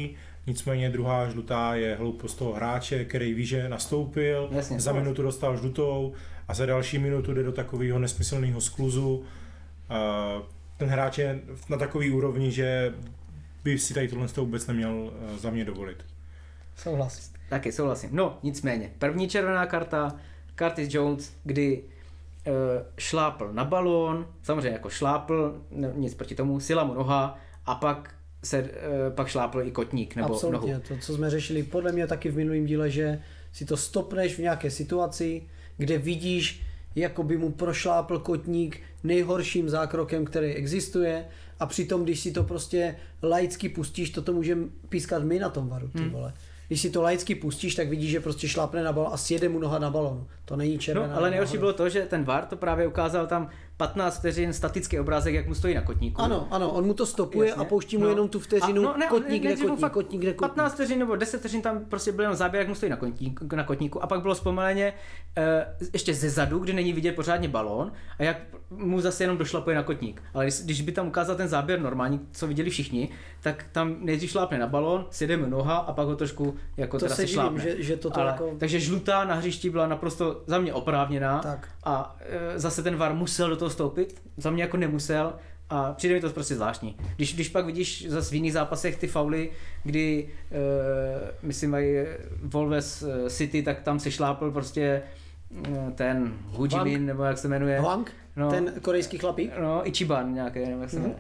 nicméně druhá žlutá je hloupost toho hráče, který ví, že nastoupil, Jasně, za minutu dostal žlutou a za další minutu jde do takového nesmyslného skluzu. Ten hráč je na takový úrovni, že by si tady tohle vůbec neměl za mě dovolit. Souhlas. Taky souhlasím. No, nicméně, první červená karta, Curtis Jones, kdy šlápl na balón, samozřejmě jako šlápl, nic proti tomu, sila mu noha a pak šlápl i kotník nebo Absolutně, nohu. to, co jsme řešili podle mě taky v minulém díle, že si to stopneš v nějaké situaci, kde vidíš, jako by mu prošlápl kotník nejhorším zákrokem, který existuje, a přitom, když si to prostě laicky pustíš, to můžeme pískat my na tom varu, ty vole. Když si to laicky pustíš, tak vidíš, že prostě šlápne na balón a sjede mu noha na balonu. To není červená. No, ale nejhorší bylo to, že ten VAR to právě ukázal tam 15 vteřin statický obrázek, jak mu stojí na kotníku. Ano, on mu to stopuje. Jasně. A pouští mu jenom tu vteřinu, kotník, kde kotník, kotník, kde kotník. 15 vteřin nebo 10 vteřin tam prostě byl jenom záběr, jak mu stojí na kotníku a pak bylo zpomaleně ještě ze zadu, kdy není vidět pořádně balón a jak mu zase jenom došlapuje na kotník. Ale když by tam ukázal ten záběr normální, co viděli všichni, tak tam nejdřív šlápne na balón, sjede mu noha a pak ho trošku jako to teda se šlápne. že toto Ale, jako... Takže žlutá na hřišti byla naprosto za mě oprávněná tak. a zase ten VAR musel do toho vstoupit, za mě jako nemusel a přijde mi to prostě zvláštní. Když pak vidíš zase v jiných zápasech ty fauly, kdy myslím mají Wolves City, tak tam se šlápl prostě ten Hu Jimin, nebo jak se jmenuje. Hwang? No, ten korejský chlapík? No, Ichiban nějaký, nebo jak se jmenuje.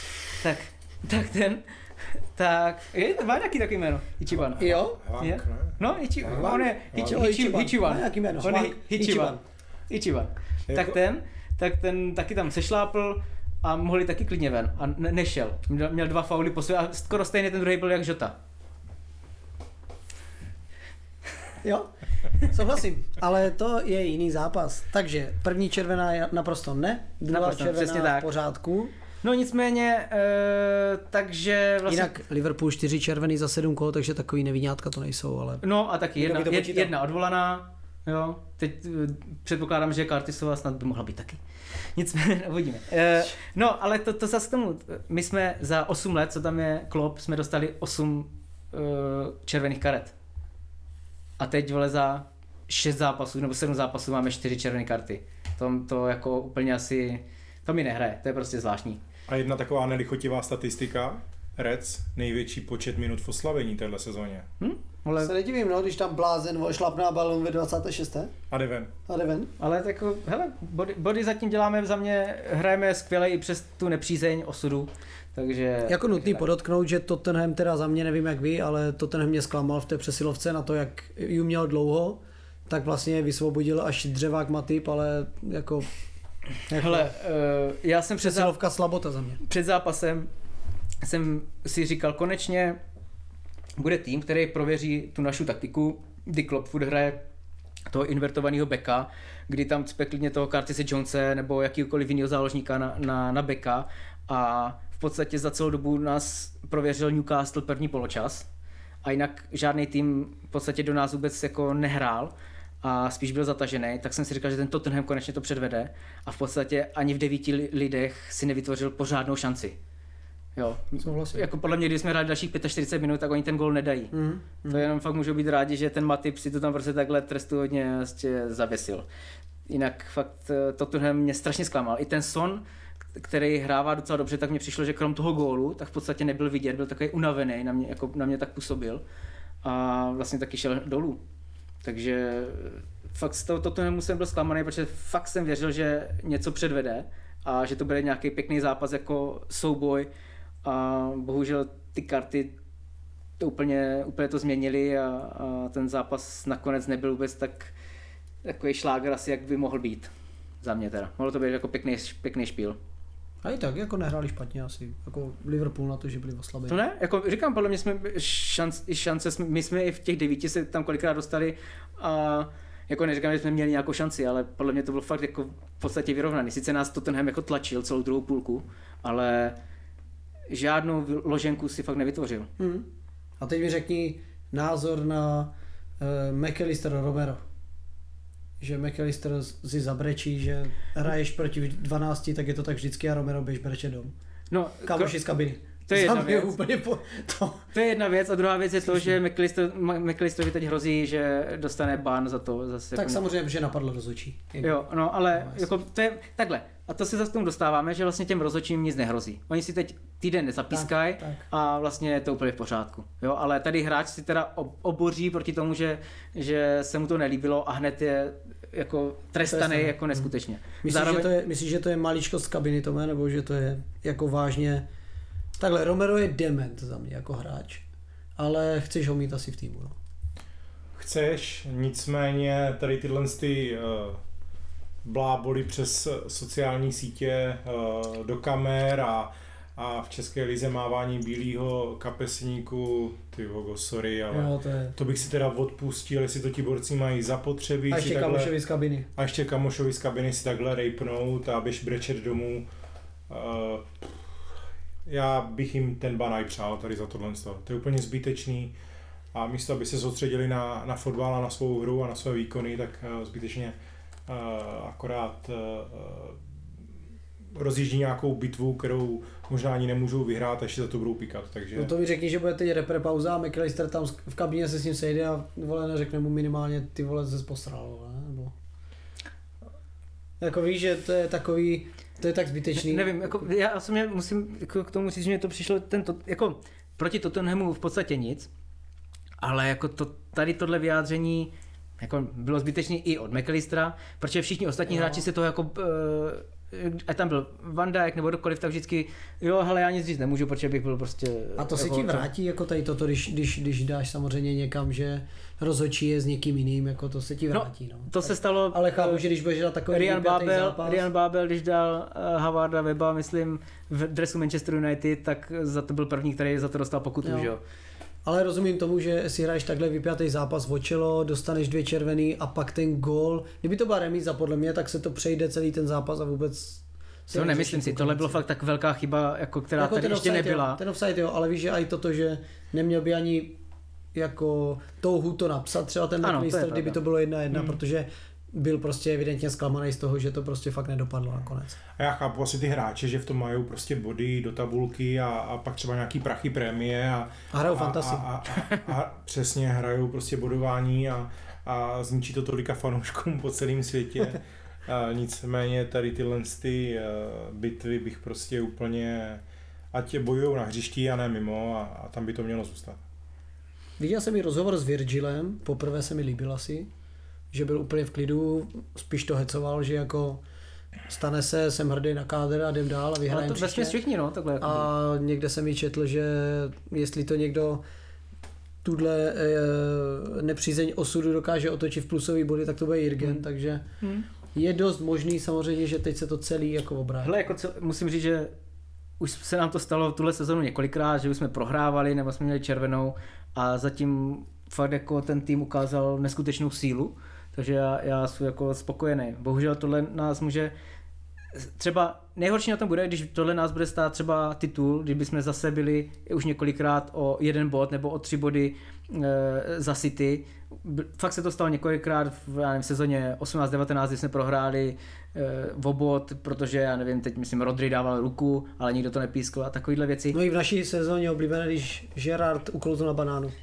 Tak má nějaký takový jméno, Ichiban. Jo? Je? No, on je Ichiban. Nějaký jméno. On je Ichiban. Tak ten taky tam sešlápl a mohli taky klidně ven a nešel. Měl 2 fauly po sobě a skoro stejně ten druhý byl jak Jota. Jo, souhlasím, ale to je jiný zápas. Takže první červená je naprosto ne, druhá červená v pořádku. No nicméně, takže vlastně... Jinak Liverpool 4 červený za 7 kol, takže takový neviňátka to nejsou, ale... No a taky jedna odvolaná, jo. Teď předpokládám, že Curtisova snad by mohla být taky. Nicméně, uvidíme. No, ale to zase k tomu, my jsme za 8 let, co tam je Klopp, jsme dostali 8 červených karet. A teď, vole, za 6 zápasů nebo 7 zápasů máme 4 červené karty. To jako úplně asi... To mi nehraje, to je prostě zvláštní. A jedna taková nelichotivá statistika, Reds, největší počet minut v oslavení téhle sezóně. Ale... Se nedivím, no, když tam blázen šlapná balón ve 26. A jde ven. Ale tak jako, hele, body zatím děláme za mě, hrajeme skvěle i přes tu nepřízeň osudu. Takže... Jako nutný podotknout, že Tottenham teda za mě, nevím jak vy, ale Tottenham mě zklamal v té přesilovce na to, jak ji měl dlouho, tak vlastně vysvobodil až dřevák Matip, ale jako... Hele, já jsem přesilovka slabota za mě. Před zápasem jsem si říkal, konečně bude tým, který prověří tu našu taktiku, kdy Klopp furt hraje toho invertovaného beka, kdy tam cpe klidně toho Curtise Jonese nebo jakýkoliv jiného záložníka na beka a v podstatě za celou dobu nás prověřil Newcastle první poločas a jinak žádný tým v podstatě do nás vůbec jako nehrál a spíš byl zatažený, tak jsem si říkal, že ten Tottenham konečně to předvede a v podstatě ani v 9 lidech si nevytvořil pořádnou šanci. Jo. Jako podle mě, když jsme hráli dalších 45 minut, tak oni ten gól nedají. To jenom fakt můžou být rádi, že ten Matip si to tam prostě takhle trestuhodně zavěsil. Jinak fakt Tottenham mě strašně zklamal. I ten Son, který hrává docela dobře, tak mně přišlo, že krom toho gólu, tak v podstatě nebyl vidět, byl takový unavený, na mě tak působil a vlastně taky šel dolů. Takže fakt z toho Tottenhamu jsem byl zklamaný, protože fakt jsem věřil, že něco předvede a že to bude nějaký pěkný zápas jako souboj a bohužel ty karty to úplně to změnili a ten zápas nakonec nebyl vůbec takový šláger asi, jak by mohl být. Za mě teda. Mohlo to být jako pěkný špíl. A i tak, jako nehráli špatně asi, jako Liverpool na to, že byli oslabení. To ne, jako říkám, podle mě jsme šance, my jsme i v těch 9 se tam kolikrát dostali a jako neříkám, že jsme měli nějakou šanci, ale podle mě to bylo fakt jako v podstatě vyrovnaný. Sice nás Tottenham jako tlačil celou druhou půlku, ale žádnou loženku si fakt nevytvořil. A teď mi řekni názor na McAllister Romero. Že McAllister si zabrečí, že hraješ proti 12, tak je to tak vždycky a Romero běž breče dom. No, kámoši z kabiny. To je jedna věc. To je jedna věc a druhá věc je to, že McAllisterovi teď hrozí, že dostane ban za to. Zase tak samozřejmě, že napadlo rozhodčí. Jo, no ale jako to je takhle. A to se zase k tomu dostáváme, že vlastně těm rozhodčím nic nehrozí. Oni si teď týden nezapískají a vlastně je to úplně v pořádku. Jo, ale tady hráč si teda oboří proti tomu, že se mu to nelíbilo a hned je jako trestaný jako neskutečně. Myslíš, že to je maličkost z kabiny, Tome, nebo že to je jako vážně... Takhle, Romero je dement za mě jako hráč, ale chceš ho mít asi v týmu, no. Chceš, nicméně tady tyhle bláboli přes sociální sítě do kamer a v České lize mávání bílého kapesníku, ty vogo, sorry, ale jo, to bych si teda odpustil, jestli to ti borci mají zapotřebí. A ještě kamošovi z kabiny. A ještě kamošovi z kabiny si takhle rejpnout a běž brečet domů. Já bych jim ten ban přál tady za tohle. To je úplně zbytečný a místo, aby se soustředili na fotbal a na svou hru a na své výkony, tak zbytečně akorát rozjíždí nějakou bitvu, kterou možná ani nemůžou vyhrát a ještě za to budou pikat. Takže... No to mi řekni, že bude teď repre pauza a McAllister tam v kabině se s ním sejde a vole neřekne mu minimálně ty vole se posral, nebo... Jako víš, že to je takový, to je tak zbytečný. Nevím, jako já osobně musím jako k tomu říct, že mě to přišlo jako proti Tottenhamu v podstatě nic, ale jako tady tohle vyjádření jako bylo zbytečné i od McAllistera, protože všichni ostatní hráči se toho jako ať tam byl Van Dijk nebo kdokoliv, tak vždycky jo, hele, já nic říct nemůžu, protože bych byl prostě... A to jako, se ti vrátí jako tady toto, když dáš samozřejmě někam, že rozhodčí je s někým jiným, jako to se ti vrátí. No. To se stalo... Ale chápu, že když budeš dát takový Ryan Babel, když dal Havarda Weba, myslím, v dresu Manchester United, tak za to byl první, který za to dostal pokutu, že jo. Ale rozumím tomu, že si hraješ takhle vypjatý zápas o čelo, dostaneš 2 červený a pak ten gól. Kdyby to byla remíza podle mě, tak se to přejde celý ten zápas a vůbec... To nemyslím si, tohle bylo fakt tak velká chyba, jako která jako tady ještě nebyla. Jo, ten offside jo, ale víš, že i toto, že neměl by ani jako touhu to napsat, třeba ten McAllister, kdyby to bylo 1-1, protože byl prostě evidentně zklamaný z toho, že to prostě fakt nedopadlo nakonec. A já chápu asi ty hráče, že v tom mají prostě body do tabulky a pak třeba nějaký prachy prémie a hrajou fantasy. A přesně hrajou prostě bodování a zničí to tolika fanouškům po celém světě. Nicméně tady tyhle bitvy bych prostě úplně, ať bojujou na hřišti a ne mimo a tam by to mělo zůstat. Viděl jsem i rozhovor s Virgilem, poprvé se mi líbil asi, že byl úplně v klidu, spíš to hecoval, že jako stane se, jsem hrdý na kádr a jdem dál a vyhrajeme příště. Všichni, no, takhle. Jako a někde jsem mi četl, že jestli to někdo tuhle nepřízeň osudu dokáže otočit v plusový body, tak to bude Jürgen, takže je dost možný samozřejmě, že teď se to celý jako obrátí. Hele, jako musím říct, že už se nám to stalo tuhle sezonu několikrát, že už jsme prohrávali nebo jsme měli červenou a zatím fakt jako ten tým ukázal neskutečnou sílu, takže já jsem jako spokojený. Bohužel tohle nás může, třeba nejhorší na tom bude, když tohle nás bude stát třeba titul, když bychom zase byli už několikrát o 1 bod nebo o 3 body za City. Fakt se to stalo několikrát v sezóně 18-19, kdy jsme prohráli o bod, protože já nevím, teď myslím Rodri dával ruku, ale nikdo to nepískl a takovýhle věci. No i v naší sezóně oblíbené, když Gerard uklouzl na banánu.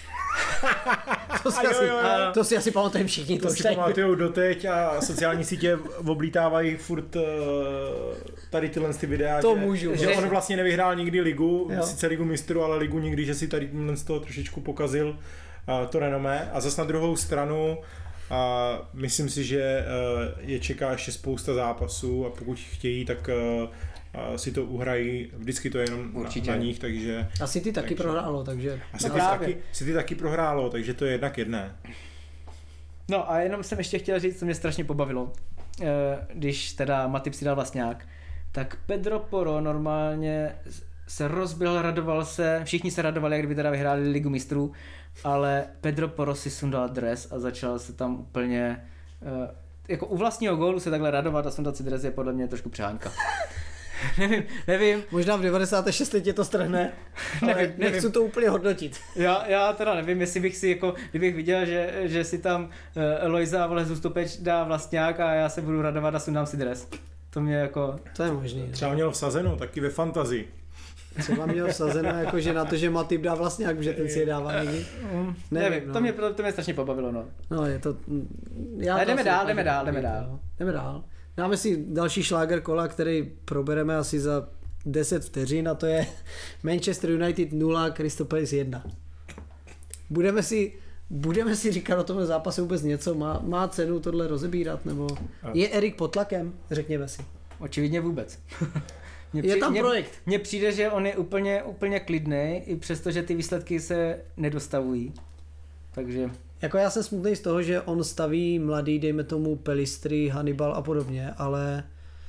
To si asi pamatujeme všichni. To si pamatujou doteď a sociální sítě oblítávají furt tady tyhle videa, že on vlastně nevyhrál nikdy ligu, sice ligu mistrů, ale ligu nikdy, že si tady z toho trošičku pokazil to renomé. A zase na druhou stranu myslím si, že je čeká ještě spousta zápasů a pokud chtějí, tak si to uhrají, vždycky to je jenom na nich, takže... A City taky prohrálo, takže... City taky prohrálo, takže to je 1-1. No a jenom jsem ještě chtěl říct, co mě strašně pobavilo, když teda Matip si dal vlastňák, tak Pedro Porro normálně se rozbil, radoval se, všichni se radovali, jak kdyby teda vyhráli ligu mistrů, ale Pedro Porro si sundal dres a začal se tam úplně, jako u vlastního gólu se takhle radovat a sundat si dres je podle mě trošku přehánka. nevím. Možná v 96. tě to strhne, ale nechci to úplně hodnotit. Já teda nevím, jestli bych si jako, kdybych viděl, že si tam Lojza vole Zustupeč dá vlastňák a já se budu radovat a sundám si dres. To mě jako... To je možný. Třeba měl vsazeno taky ve fantazii. Třeba měl vsazeno jakože na to, že Matip dá vlastně, že ten si je dává někdy. Nevím, no. to mě strašně pobavilo, no. No je to... Ale jdeme dál. Jdeme dál. Dáme si další šláger kola, který probereme asi za 10 vteřin a to je Manchester United 0, Crystal Palace 1. Budeme si říkat o tomhle zápase vůbec něco? Má cenu tohle rozebírat? Nebo je Erik pod tlakem? Řekněme si. Očividně vůbec. Je tam projekt. Mně přijde, že on je úplně klidný, i přesto, že ty výsledky se nedostavují. Takže... Jako já jsem smutný z toho, že on staví mladý, dejme tomu Pelistri, Hannibal a podobně, ale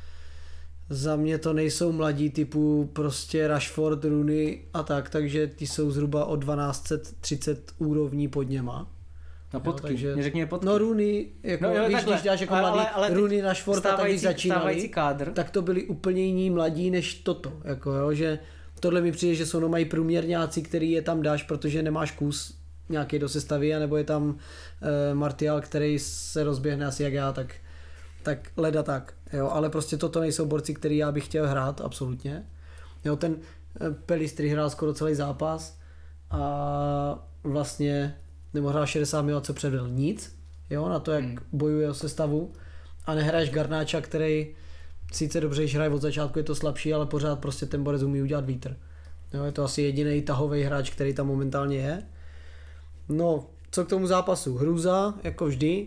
za mě to nejsou mladí typu prostě Rashford, Rooney a tak, takže ty jsou zhruba o 1230 úrovní pod něma. No potky, takže... řekněme potky. No Rooney, jako, když dáš jako mladý, Rooney, Rashford a tak když začínali, tak to byli úplně jiní mladí než toto, jako jo, že tohle mi přijde, že jsou mají průměrňáci, který je tam dáš, protože nemáš kus nějaký do sestavy, anebo je tam Martial, který se rozběhne asi jak já, tak leda tak, jo, ale prostě toto nejsou borci, který já bych chtěl hrát, absolutně. Jo, ten Pelistri hrál skoro celý zápas a vlastně nebo hrál 60 minut, co předvedl nic, jo, na to, jak bojuje o sestavu a nehraješ Garnáča, který sice dobře, když hraje od začátku, je to slabší, ale pořád prostě ten borec umí udělat vítr. Jo, je to asi jediný tahový hráč, který tam momentálně je. No, co k tomu zápasu? Hrůza, jako vždy.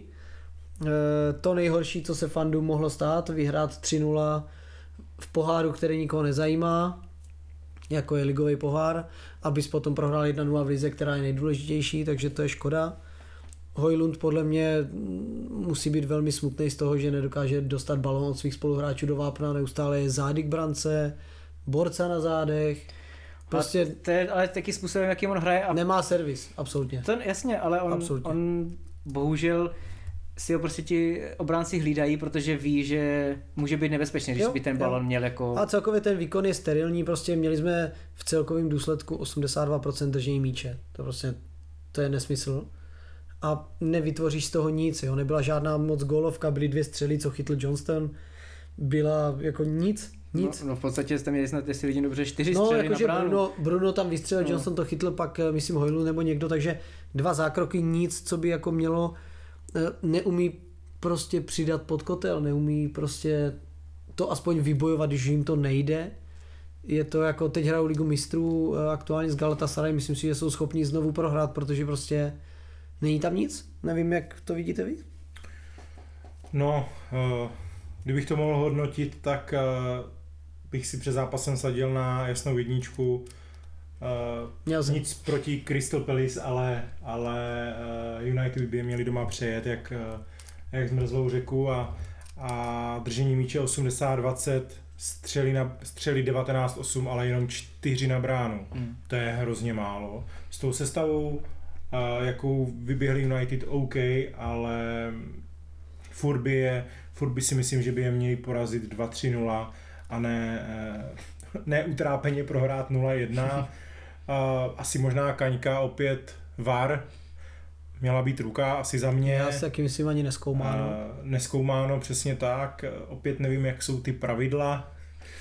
To nejhorší, co se fandu mohlo stát, vyhrát 3-0 v poháru, který nikoho nezajímá, jako je ligový pohár, abys potom prohrál 1-0 v lize, která je nejdůležitější, takže to je škoda. Højlund podle mě musí být velmi smutný z toho, že nedokáže dostat balón od svých spoluhráčů do vápna, neustále je zády k brance, borca na zádech. Prostě to je ale taky způsobem, jakým on hraje. A nemá servis, absolutně. To jasně, ale on bohužel si ho prostě ti obránci hlídají, protože ví, že může být nebezpečný, když by ten balon měl jako... A celkově ten výkon je sterilní, prostě měli jsme v celkovém důsledku 82% držení míče. To je nesmysl. A nevytvoříš z toho nic, jo. Nebyla žádná moc gólovka, byly 2 střely, co chytl Johnston. Byla jako nic. No v podstatě jste měli snad, jestli vidím dobře, 4 střely na bránu. Bruno tam vystřelil, Johnston to chytl, pak myslím Højlund nebo někdo, takže 2 zákroky, nic, co by jako mělo, neumí prostě přidat pod kotel, neumí prostě to aspoň vybojovat, když jim to nejde. Je to jako, teď hrajou Ligu mistrů aktuálně s Galatasaray, myslím si, že jsou schopni znovu prohrát, protože prostě není tam nic. Nevím, jak to vidíte vy? No, kdybych to mohl hodnotit, tak bych si před zápasem sadil na jasnou jedničku. Nic proti Crystal Palace, ale United by měli doma přejet jak zmrzlou řeku a držení míče 80-20, střely 19-8, ale jenom 4 na bránu. To je hrozně málo. S tou sestavou, jakou vyběhli United, OK, ale furt by si myslím, že by je měli porazit 2-3-0 a ne utrápeně prohrát 0-1. Asi možná Kaňka, opět VAR, měla být ruka, asi za mě. Já si taky myslím, ani neskoumáno. Neskoumáno, přesně tak. Opět nevím, jak jsou ty pravidla.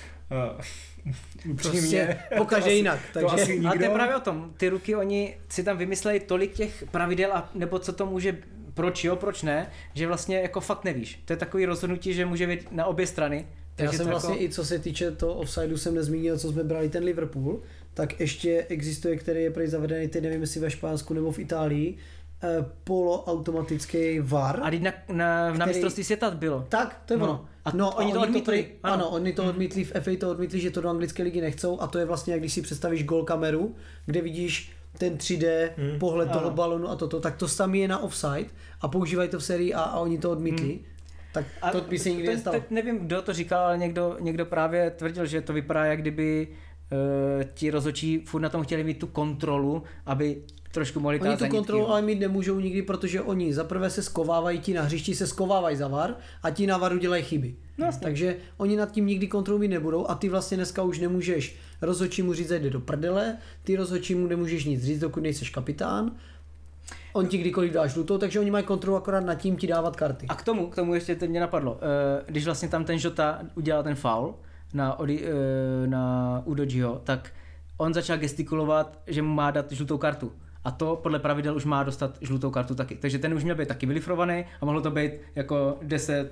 Prostě pokaže jinak. Takže... Ale to je právě o tom. Ty ruky, oni si tam vymysleli tolik těch pravidel, nebo co to může, proč jo, proč ne, že vlastně jako fakt nevíš. To je takový rozhodnutí, že může být na obě strany. Já jsem vlastně jako... i co se týče toho offsideu jsem nezmínil, co jsme brali ten Liverpool, tak ještě existuje, který je prý zavedený, teď nevím, jestli ve Španělsku nebo v Itálii, poloautomatický VAR. A na mistrovství světa bylo. Tak, to je ono. Oni to odmítli. Ano, oni to odmítli, v FA to odmítli, že to do anglické ligy nechcou a to je vlastně, jak když si představíš gól kameru, kde vidíš ten 3D pohled toho balonu a toto, tak to samé je na offside a používají to v sérii a oni to odmítli. Tak to by se nikdy nestalo. Teď nevím, kdo to říkal, ale někdo právě tvrdil, že to vypadá, jak kdyby ti rozhodčí furt na tom chtěli mít tu kontrolu, aby trošku mohli oni tu kontrolu ale mít nemůžou nikdy, protože oni zaprvé se skovávají, ti na hřišti se skovávají za VAR a ti na VARu dělají chyby. No, takže oni nad tím nikdy kontrolu mít nebudou a ty vlastně dneska už nemůžeš rozhodčímu říct, jde do prdele, ty rozhodčímu nemůžeš nic říct, dokud nejseš kapitán. On ti kdykoliv dá žlutou, takže oni mají kontrolu akorát nad tím ti dávat karty. A k tomu ještě teď mě napadlo, když vlastně tam ten Jota udělal ten foul na Udoghiho, tak on začal gestikulovat, že mu má dát žlutou kartu. A to podle pravidel už má dostat žlutou kartu taky. Takže ten už měl být taky vylifrovaný a mohlo to být jako 10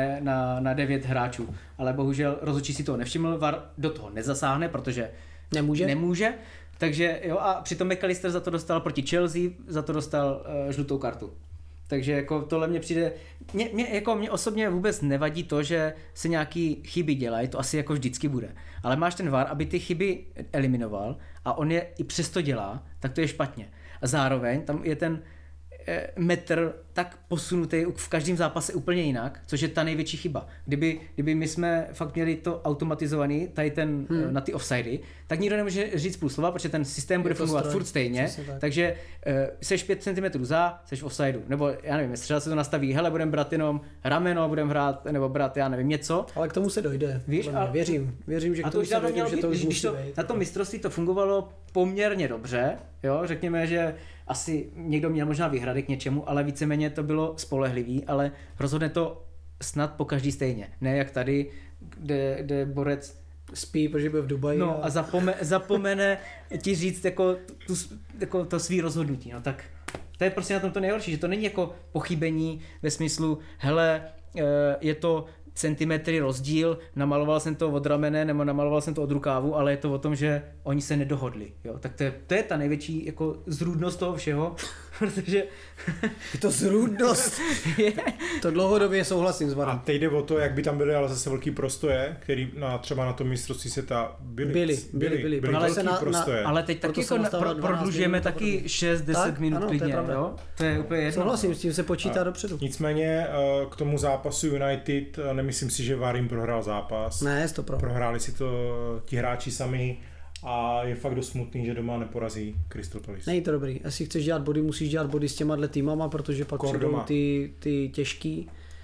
na 9 hráčů. Ale bohužel rozhodčí si toho nevšiml, VAR do toho nezasáhne, protože nemůže. Takže jo, a přitom McAllister za to dostal proti Chelsea, za to dostal žlutou kartu. Takže jako tohle mně přijde, mě osobně vůbec nevadí to, že se nějaký chyby dělají, to asi jako vždycky bude. Ale máš ten VAR, aby ty chyby eliminoval a on je i přesto dělá, tak to je špatně. A zároveň tam je ten metr tak posunutý v každém zápase úplně jinak, což je ta největší chyba. Kdyby my jsme fakt měli to automatizovaný, tady ten na ty offsidy, tak nikdo nemůže říct půl slova, protože ten systém bude fungovat furt stejně, takže seš 5 cm seš v offsideu, nebo já nevím, třeba se to nastaví, hele, budeme brát jenom rameno, budeme hrát, nebo brát, já nevím, něco. Ale k tomu se dojde. Víš, věřím, že k tomu se dojde, že to už musí být. Na tom mistrovství to fungovalo poměrně dobře, jo, řekněme, že asi někdo měl možná výhrady k něčemu, ale víceméně to bylo spolehlivý, ale rozhodne to snad po každý stejně. Ne jak tady, kde borec spí, protože byl v Dubaji. No a zapomene ti říct jako to svý rozhodnutí. No tak to je prostě na tom to nejhorší, že to není jako pochybení ve smyslu, hele, je to centimetry rozdíl, namaloval jsem to od ramene nebo namaloval jsem to od rukávu, ale je to o tom, že oni se nedohodli. Jo? Tak to je ta největší jako zrůdnost toho všeho, protože... Je to zrůdnost. To dlouhodobě souhlasím s Varem. A teď jde o to, jak by tam byly ale zase velký prostoje, který třeba na tom mistrovství světa byly velký prostoje. Ale teď taky jako prodlužujeme taky 6-10 minut klidně. Jo? To je úplně jedno. Souhlasím, s tím se počítá dopředu. Nicméně k tomu zápasu United nemyslím si, že VAR jim prohrál zápas. Ne, to prohráli si to ti hráči sami a je fakt dost smutný, že doma neporazí Crystal Palace. Není to dobrý. Jestli chceš dělat body, musíš dělat body s těma týmama, protože pak přijdou ty těžký.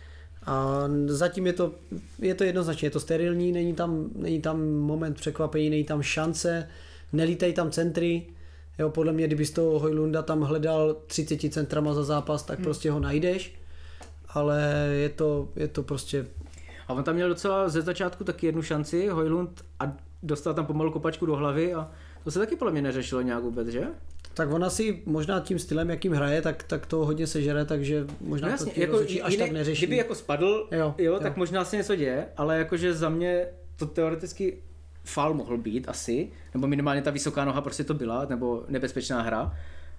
A zatím je to jednoznačně, je to sterilní, není tam moment překvapení, není tam šance, nelítají tam centry. Jo, podle mě, kdyby z toho Højlunda tam hledal 30 centrama za zápas, tak prostě ho najdeš. Ale je to prostě... A on tam měl docela ze začátku taky jednu šanci, Højlund, a dostal tam pomalu kopačku do hlavy a to se taky podle mě neřešilo nějak vůbec, že? Tak on asi možná tím stylem, jakým hraje, tak to hodně sežere, takže možná jasně, to jako až tak neřeší. Kdyby jako spadl, tak možná se něco děje, ale jakože za mě to teoreticky faul mohl být asi, nebo minimálně ta vysoká noha prostě to byla, nebo nebezpečná hra.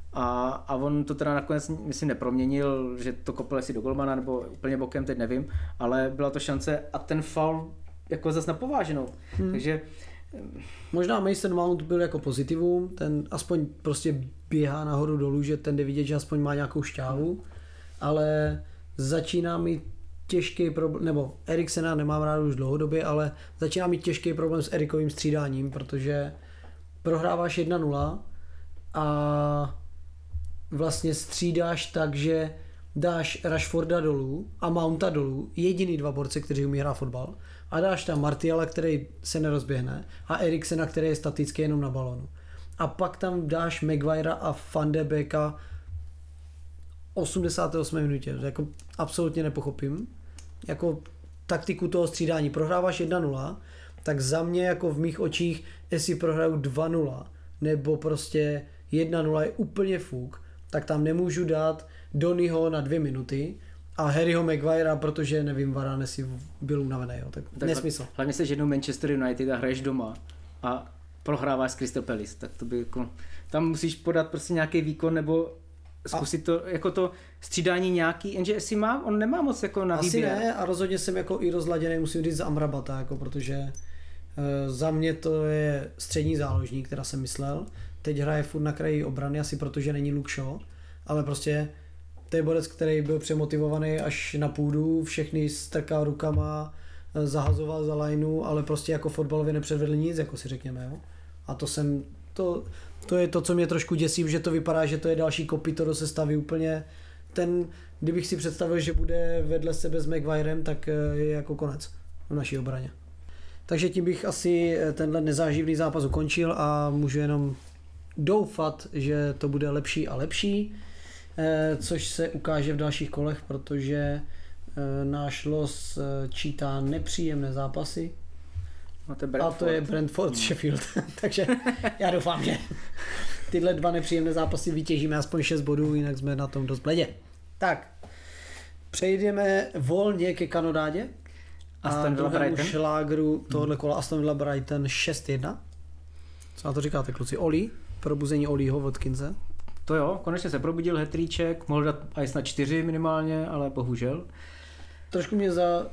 A on to teda nakonec, myslím, neproměnil, že to kopl si do golmana, nebo úplně bokem, teď nevím, ale byla to šance a ten faul jako zas napováženou. Takže... Možná Mason Mount byl jako pozitivum, ten aspoň prostě běhá nahoru dolů, že ten jde vidět, že aspoň má nějakou šťávu, ale začíná mít těžký problém, nebo Eriksena nemám rád už dlouhodobě, ale začíná mít těžký problém s Erikovým střídáním, protože prohráváš 1-0 a vlastně střídáš tak, že dáš Rashforda dolů a Mounta dolů, jediný dva borce, kteří umí hrát fotbal, a dáš tam Martiala, který se nerozběhne, a Eriksena, který je statický jenom na balonu. A pak tam dáš Maguirea a Van de Beeka 88 minutě. To jako absolutně nepochopím. Jako taktiku toho střídání. Prohráváš 1-0, tak za mě jako v mých očích, jestli prohraju 2-0, nebo prostě 1-0 je úplně fuk, tak tam nemůžu dát Donnyho na 2 minuty a Harryho Maguirea, protože nevím, Varane si byl unavený, jo, tak nesmysl. Hlavně jsi jednou Manchester United a hraješ doma a prohráváš s Crystal Palace, tak to by jako, tam musíš podat prostě nějaký výkon nebo zkusit to, jako to střídání nějaký, jenže jestli má, on nemá moc jako na výběr. Asi ne a rozhodně jsem jako i rozladěný, musím říct, za Amrabata, jako protože za mě to je střední záložník, která jsem myslel. Teď hraje furt na kraji obrany, asi protože není Luke Shaw, ale prostě to je borec, který byl přemotivovaný až na půdu, všechny strkal rukama, zahazoval za lineu, ale prostě jako fotbalově nepředvedl nic, jako si řekněme. Jo? A to je to, co mě trošku děsí, že to vypadá, že to je další kopyto do sestavy úplně. Kdybych si představil, že bude vedle sebe s Maguirem, tak je jako konec v naší obraně. Takže tím bych asi tenhle nezáživný zápas ukončil a můžu jenom doufat, že to bude lepší a lepší, což se ukáže v dalších kolech, protože náš los čítá nepříjemné zápasy. No to je A Brentford. to je Brentford Sheffield. Takže já doufám, že tyhle dva nepříjemné zápasy vytěžíme aspoň 6 bodů, jinak jsme na tom dost bledě. Tak, přejdeme volně ke kanonádě. Aston Villa druhému Brighton. šlágru tohohle kola Aston Villa Brighton 6-1. Co na to říkáte, kluci? Oli? Probuzení Oliho Watkinse. To jo, konečně se probudil hetríček, mohl dát i snad 4 minimálně, ale bohužel. Trošku mě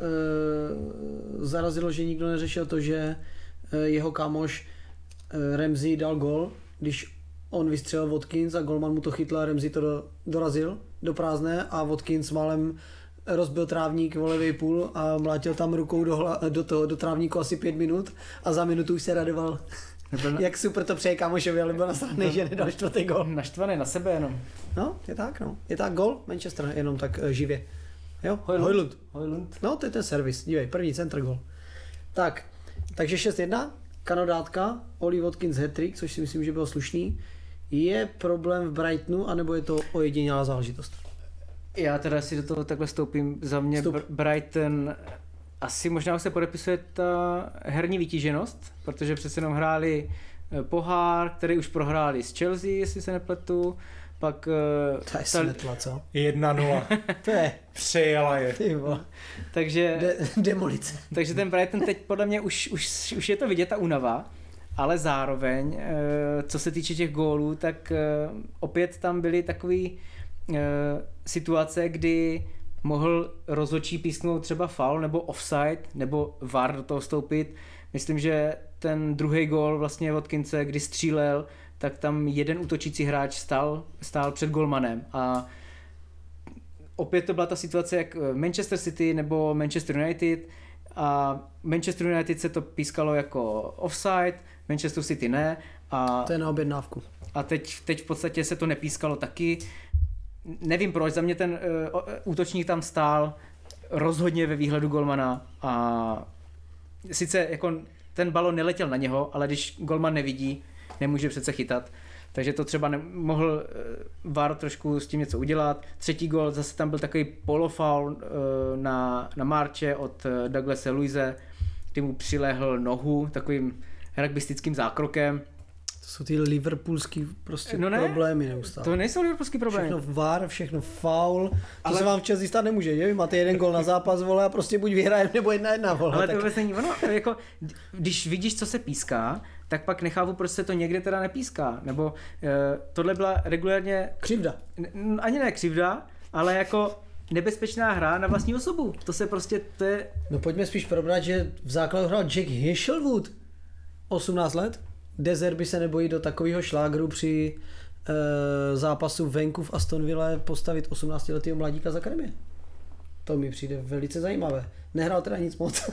zarazilo, že nikdo neřešil to, že jeho kámoš Ramsey dal gol, když on vystřelil Watkins a golman mu to chytl a Ramsey to dorazil do prázdné a Watkins málem rozbil trávník o levý půl a mlátil tam rukou do trávníku asi 5 minut a za minutu už se radoval. Jak super to přeje kámošovi, ale byl nasranej, že nedal 4. gol. Naštvaný na sebe jenom. No, je tak, no. Je tak gol Manchester, jenom tak živě. Jo, Højlund. No, to je ten servis, dívej, první centr gol. Tak, takže 6-1, kanodátka, Oli Watkins hat-trick, což si myslím, že bylo slušný. Je problém v Brightonu, anebo je to ojedinělá záležitost? Já teda si do toho takhle stoupím. Za mě Brighton asi možná se podepisuje ta herní vytíženost, protože přece jenom hráli pohár, který už prohráli s Chelsea, jestli se nepletu. Pak To je smetla, co? 1-0. To je, Přejela je. ty vole, takže demolice. takže ten Brighton teď podle mě už je to vidět ta únava, ale zároveň, co se týče těch gólů, tak opět tam byly takové situace, kdy mohl rozhodčí písknout třeba foul nebo offside, nebo VAR do toho vstoupit. Myslím, že ten druhý gól vlastně Watkinse, kdy střílel, tak tam jeden útočící hráč stál před golmanem a opět to byla ta situace jak Manchester City nebo Manchester United a Manchester United se to pískalo jako offside, Manchester City ne a, To je na objednávku. a teď v podstatě se to nepískalo taky. Nevím proč, za mě ten útočník tam stál rozhodně ve výhledu golmana a sice jako ten balon neletěl na něho, ale když golman nevidí, nemůže přece chytat. Takže to třeba mohl VAR trošku s tím něco udělat. Třetí gól, zase tam byl takový polofaul na Marche od Douglase Luise, kdy mu přilehl nohu takovým rugbystickým zákrokem. To jsou ty liverpoolský prostě No ne, problémy neustále. To nejsou liverpoolský problémy. Všechno VAR, všechno faul. To se vám v Chelsea stát nemůže, že? Vy máte jeden gol na zápas, vole, a prostě buď vyhrajeme, nebo 1-1, vole. Ale tak... to vůbec není ono, jako, když vidíš, co se píská, tak pak nechápu, proč se to někde teda nepíská. Nebo tohle byla regulérně, Křivda. ani ne křivda, ale jako nebezpečná hra na vlastní osobu. To se prostě, to je... No pojďme spíš probrat, že v základu hrál Jack Hishelwood. 18 let. Dezer by se nebojí do takového šlágru při zápasu venku v Aston Ville postavit 18letého mladíka z akademie. To mi přijde velice zajímavé. Nehrál teda nic moc.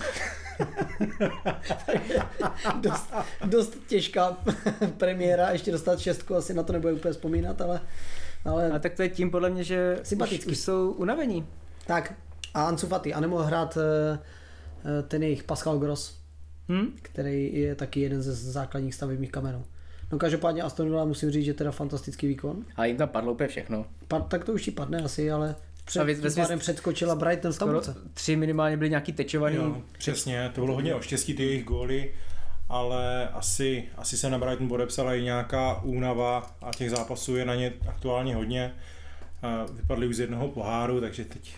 dost těžká premiéra, ještě dostat 6, asi na to nebude úplně vzpomínat, ale... A tak to je tím podle mě, že sympatický. už jsou unavení. Tak a Ansu Fati, a nemohl hrát ten jejich Pascal Gross, který je taky jeden ze základních stavebních kamenů. No každopádně Aston Villa musím říct, že teda fantastický výkon. A jim tam padlo úplně všechno. Tak to už ti padne asi, ale Ve pádem předskočila Brighton v tabulce. 3 minimálně byly nějaký tečovaný. Jo, přesně, to bylo hodně o štěstí ty jejich góly, ale asi se na Brighton podepsala i nějaká únava a těch zápasů je na ně aktuálně hodně. Vypadli už z jednoho poháru, takže teď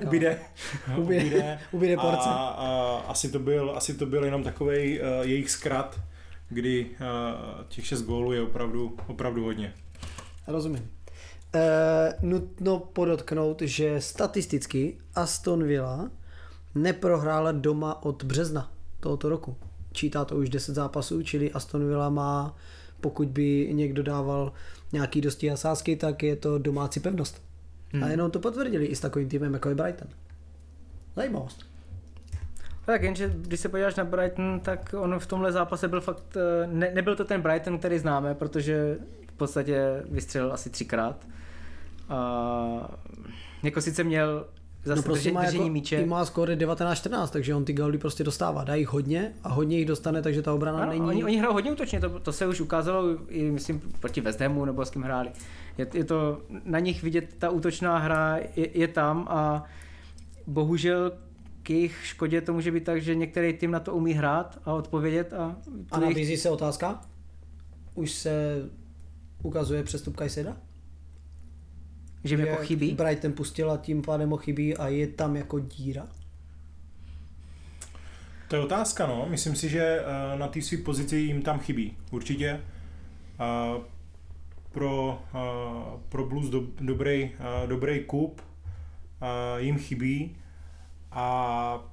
ubyde porce. A asi to byl jenom takovej jejich zkrat, kdy těch 6 gólů je opravdu hodně. Rozumím. Nutno podotknout, že statisticky Aston Villa neprohrála doma od března tohoto roku. Čítá to už 10 zápasů, čili Aston Villa má, pokud by někdo dával nějaký dosti a sázky, tak je to domácí pevnost. A jenom to potvrdili i s takovým týmem jako je Brighton. Zajímavost. Tak jenže když se podíváš na Brighton, tak on v tomhle zápase byl fakt, nebyl to ten Brighton, který známe, protože v podstatě vystřelil asi 3krát. A jako sice měl zase držení míče. Má skóre 19-14, takže on ty góly prostě dostává. Dá jich hodně a hodně jich dostane, takže ta obrana ano, není... Oni hrajou hodně útočně, to se už ukázalo i myslím proti West Hamu nebo s kým hráli. Je to na nich vidět, ta útočná hra je tam a bohužel k jejich škodě to může být tak, že některý tým na to umí hrát a odpovědět a nabízí se otázka? Už se ukazuje přestup Caicedo? Že mi jako chybí? Brighton pustil a tím pádem ho chybí a je tam jako díra? To je otázka, no. Myslím si, že na té své pozici jim tam chybí. Určitě. Pro Blues dobrý kup jim chybí a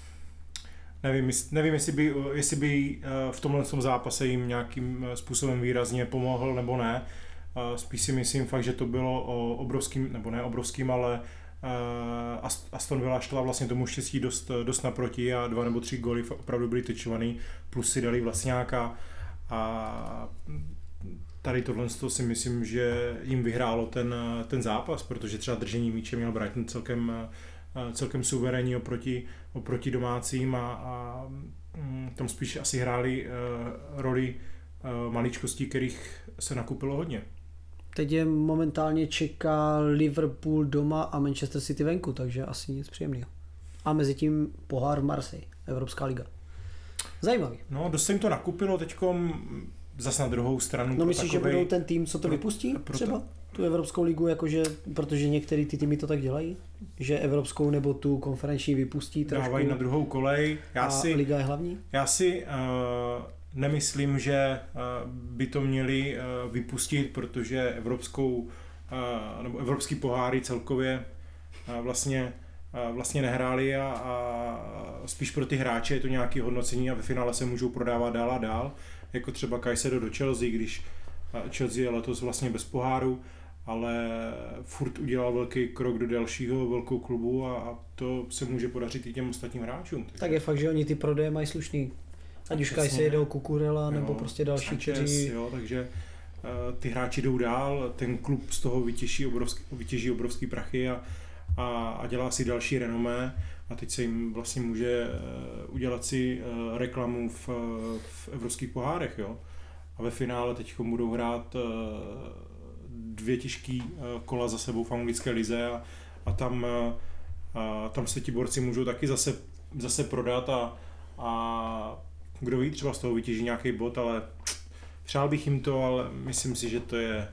nevím jestli by v tomhle zápase jim nějakým způsobem výrazně pomohl nebo ne. Spíš si myslím fakt, že to bylo o obrovským, nebo ne obrovským, ale Aston Villa šla vlastně tomu štěstí dost naproti a 2 nebo 3 góly opravdu byly tyčovaný, plus si dali Vlastňáka a tady tohle si myslím, že jim vyhrálo ten zápas, protože třeba držení míče měl Brighton celkem suverénní oproti domácím a tam spíš asi hráli roli maličkostí, kterých se nakupilo hodně. Teď je momentálně čeká Liverpool doma a Manchester City venku, takže asi nic příjemného. A mezi tím pohár v Marseille, Evropská liga. Zajímavý. No, dost se jim to nakupilo teďkom zas na druhou stranu. No myslíš, že budou ten tým, co to vypustí třeba? Tu Evropskou ligu, jakože, protože některý ty týmy to tak dělají, že Evropskou nebo tu konferenční vypustí trošku. Dávají na druhou kolej. Liga je hlavní? Já si nemyslím, že by to měli vypustit, protože nebo evropský poháry celkově vlastně nehráli a spíš pro ty hráče je to nějaké hodnocení a ve finále se můžou prodávat dál a dál, jako třeba Caicedo do Chelsea, když Chelsea je letos vlastně bez poháru, ale furt udělal velký krok do dalšího velkou klubu a to se může podařit i těm ostatním hráčům. Tak je fakt, že oni ty prodeje mají slušný. Ať už Caicedo, Cucurella nebo prostě další, kteří... Jo, takže ty hráči jdou dál, ten klub z toho vytěží obrovský prachy a dělá si další renomé a teď se jim vlastně může udělat si reklamu v evropských pohárech, jo. A ve finále teď budou hrát 2 těžký kola za sebou v anglické lize a tam se ti borci můžou taky zase prodat a kdo ví, třeba z toho vytěží nějaký bod, ale přál bych jim to, ale myslím si, že to je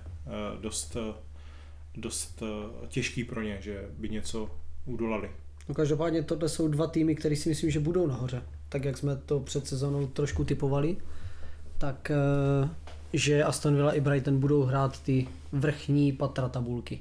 dost těžký pro ně, že by něco udolali. No každopádně tohle jsou 2 týmy, které si myslím, že budou nahoře. Tak jak jsme to před sezónou trošku typovali, tak že Aston Villa i Brighton budou hrát ty vrchní patra tabulky.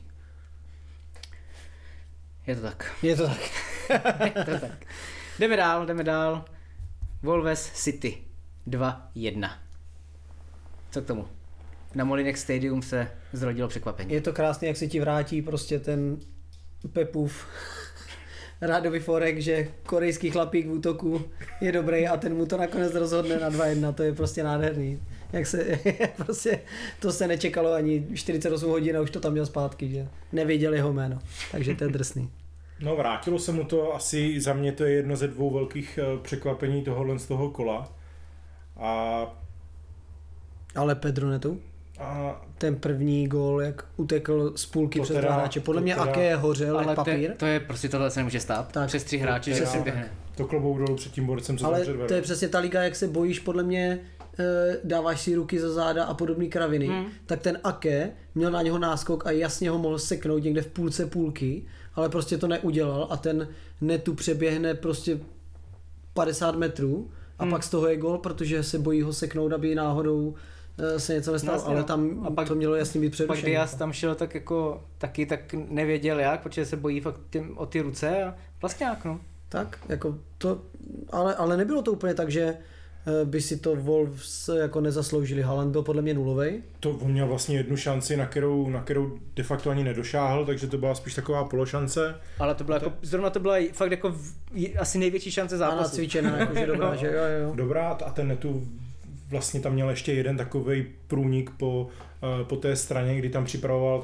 Je to tak. Je to tak. Je to tak. Jdeme dál. Wolves City 2-1. Co k tomu? Na Molinex Stadium se zrodilo překvapení. Je to krásné, jak se ti vrátí prostě ten Pepův rádový forek, že korejský chlapík v útoku je dobrý a ten mu to nakonec rozhodne na 2-1, to je prostě nádherný. Jak prostě to se nečekalo ani 48 hodin a už to tam měl zpátky, že nevěděl jeho jméno, takže to je drsný. No vrátilo se mu to, asi za mě to je jedno ze 2 velkých překvapení z toho kola. Ale Pedro Neto? Ten první gól, jak utekl z půlky přes 2 hráče. Podle mě Ake hořel jak papír. To je prostě tohle se nemůže stát. Tak, přes 3 hráče, že si běhne. To klobouk dolů před tím borcem, co tam předvedl. Ale to je přesně ta liga, jak se bojíš, podle mě dáváš si ruky za záda a podobné kraviny. Tak ten Ake měl na něho náskok a jasně ho mohl seknout někde v půlce půlky, ale prostě to neudělal a ten Netu přeběhne prostě 50 metrů a pak z toho je gól, protože se bojí ho seknout, aby náhodou se něco nestalo, ale tam a pak, to mělo jasně být přerušené. Pak Diaz tam šel tak jako taky tak nevěděl jak, protože se bojí fakt o ty ruce a Vlastňák, no. Tak, jako to, ale nebylo to úplně tak, že by si to Wolves jako nezasloužili. Haaland byl podle mě nulovej. To on měl vlastně jednu šanci, na kterou de facto ani nedošáhl, takže to byla spíš taková pološance. Ale to byla jako, zrovna to byla fakt jako asi největší šance zápasu. A nacvičená, jakože dobrá, no. Že jo. Dobrá a ten Netu vlastně tam měl ještě jeden takovej průnik po té straně, kdy tam připravoval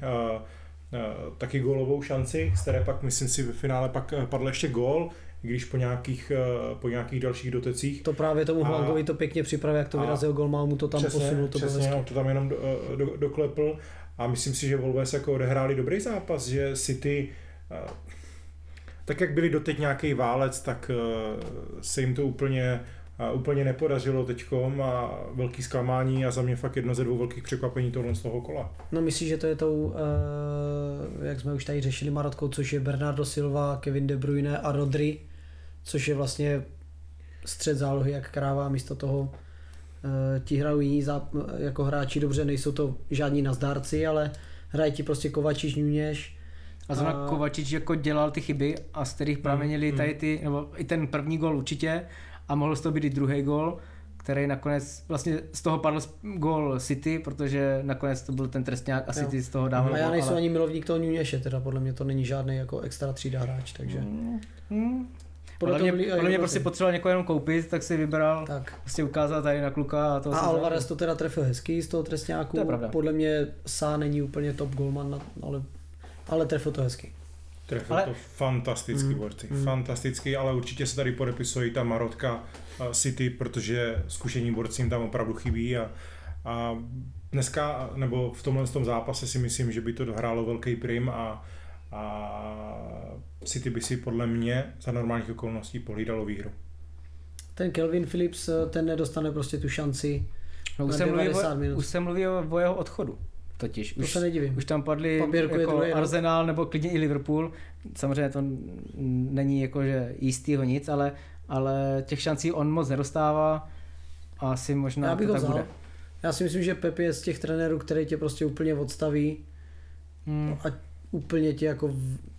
taky gólovou šanci, z které pak myslím si ve finále pak padl ještě gól, když po nějakých dalších dotecích. To právě tomu Hwangovi to pěkně připravil, jak to vyrazil gól, mal mu to tam posunul. Přesně, to tam jenom doklepl a myslím si, že Wolves jako odehráli dobrý zápas, že City tak jak byli doteď nějaký válec, tak se jim to úplně nepodařilo teďkom a velký zklamání a za mě fakt jedno ze 2 velkých překvapení tohle z toho kola. No myslíš, že to je tou, jak jsme už tady řešili Marotkou, což je Bernardo Silva, Kevin De Bruyne a Rodri, což je vlastně střed zálohy jak kráva, místo toho ti hrajou jiní jako hráči dobře, nejsou to žádní nazdárci, ale hrají ti prostě Kovačič, Nunes. A zrovna Kovačič jako dělal ty chyby a z kterých pramenili tady ty, nebo i ten první gól určitě a mohl z toho být i druhý gól, který nakonec, vlastně z toho padl gól City, protože nakonec to byl ten trestňák a City z toho dával. A já nejsem ani milovník toho Nuneše, teda podle mě to není žádný jako extra třída hráč, takže... Podle mě prostě potřeboval někoho jenom koupit, tak si vybral, prostě ukázat tady na kluka. A Alvarez to teda trefil hezky z toho trestňáku, podle mě Sá není úplně top goalman, ale trefil to hezky. Trefil to fantastický borci, fantastický, ale určitě se tady podepisuje i ta Marotka City, protože zkušení borci jim tam opravdu chybí a dneska, nebo v tomhle zápase si myslím, že by to dohrálo velký prim a City by si podle mě za normálních okolností pohlídalo výhru. Ten Calvin Phillips, ten nedostane prostě tu šanci na 90 minut. Už se mluví o jeho odchodu. Totiž to se nedivím. Už tam padly jako Arsenal nebo klidně i Liverpool. Samozřejmě to není jako že jistýho nic, ale těch šancí on moc nedostává a asi možná to tak bude. Já si myslím, že Pep je z těch trenérů, který tě prostě úplně odstaví a úplně tě jako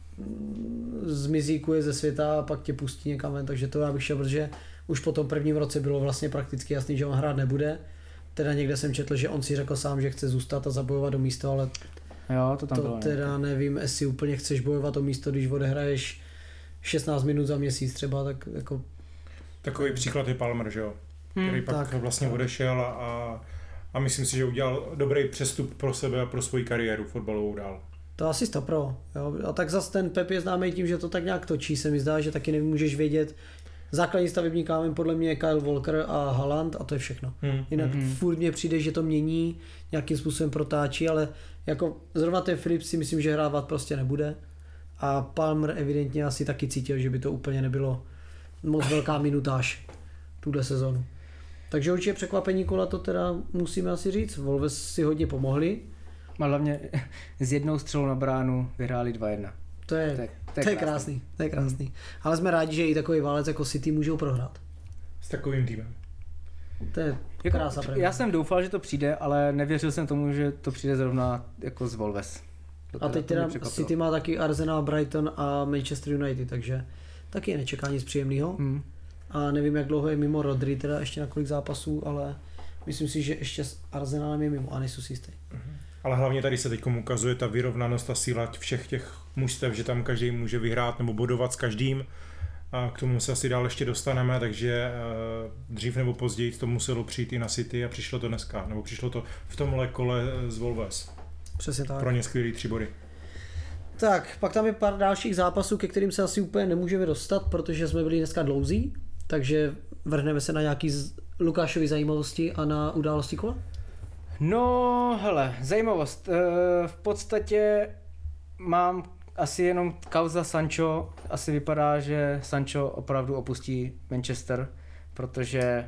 zmizíkuje ze světa a pak tě pustí někam ven, takže to já bych šel, protože už po tom prvním roce bylo vlastně prakticky jasný, že on hrát nebude. Teda někde jsem četl, že on si řekl sám, že chce zůstat a zabojovat o místo, ale jo, to tam bylo, teda nevím, jestli úplně chceš bojovat o místo, když odehraješ 16 minut za měsíc třeba, tak jako... Takový příklad je Palmer, že jo? Který pak vlastně odešel a myslím si, že udělal dobrý přestup pro sebe a pro svoji kariéru fotbalovou dál. To asi 100%. Jo? A tak zase ten Pep je známý tím, že to tak nějak točí, se mi zdá, že taky nemůžeš vědět. Základní stavební kámen podle mě je Kyle Walker a Haaland a to je všechno. Jinak furt mně přijde, že to mění, nějakým způsobem protáčí, ale jako zrovna ten Philips si myslím, že hrávat prostě nebude. A Palmer evidentně asi taky cítil, že by to úplně nebylo moc velká minutáž tuhle sezonu. Takže určitě překvapení kola to teda musíme asi říct. Wolves si hodně pomohli. A hlavně s jednou střelou na bránu vyhráli 2-1. To je krásný. To je krásný. Ale jsme rádi, že i takový válec jako City můžou prohrát. S takovým týmem. To je krása. Já jsem doufal, že to přijde, ale nevěřil jsem tomu, že to přijde zrovna jako z Wolves. A teď teda City má taky Arsenal, Brighton a Manchester United, takže taky nečeká nic příjemného. A nevím, jak dlouho je mimo Rodri, teda ještě na kolik zápasů, ale myslím si, že ještě s Arsenalem je mimo a nejsou si jistý. Ale hlavně tady se teď ukazuje ta vyrovnanost a síla všech těch mužstev, že tam každý může vyhrát nebo bodovat s každým. A k tomu se asi dál ještě dostaneme, takže dřív nebo později to muselo přijít i na City a přišlo to dneska, nebo přišlo to v tomhle kole z Wolves. Přesně tak. Pro ně skvělý 3 body. Tak, pak tam je pár dalších zápasů, ke kterým se asi úplně nemůžeme dostat, protože jsme byli dneska dlouzí, takže vrhneme se na nějaký Lukášovy zajímavosti a na události kola. No, hele, zajímavost. V podstatě mám asi jenom kauza Sancho. Asi vypadá, že Sancho opravdu opustí Manchester, protože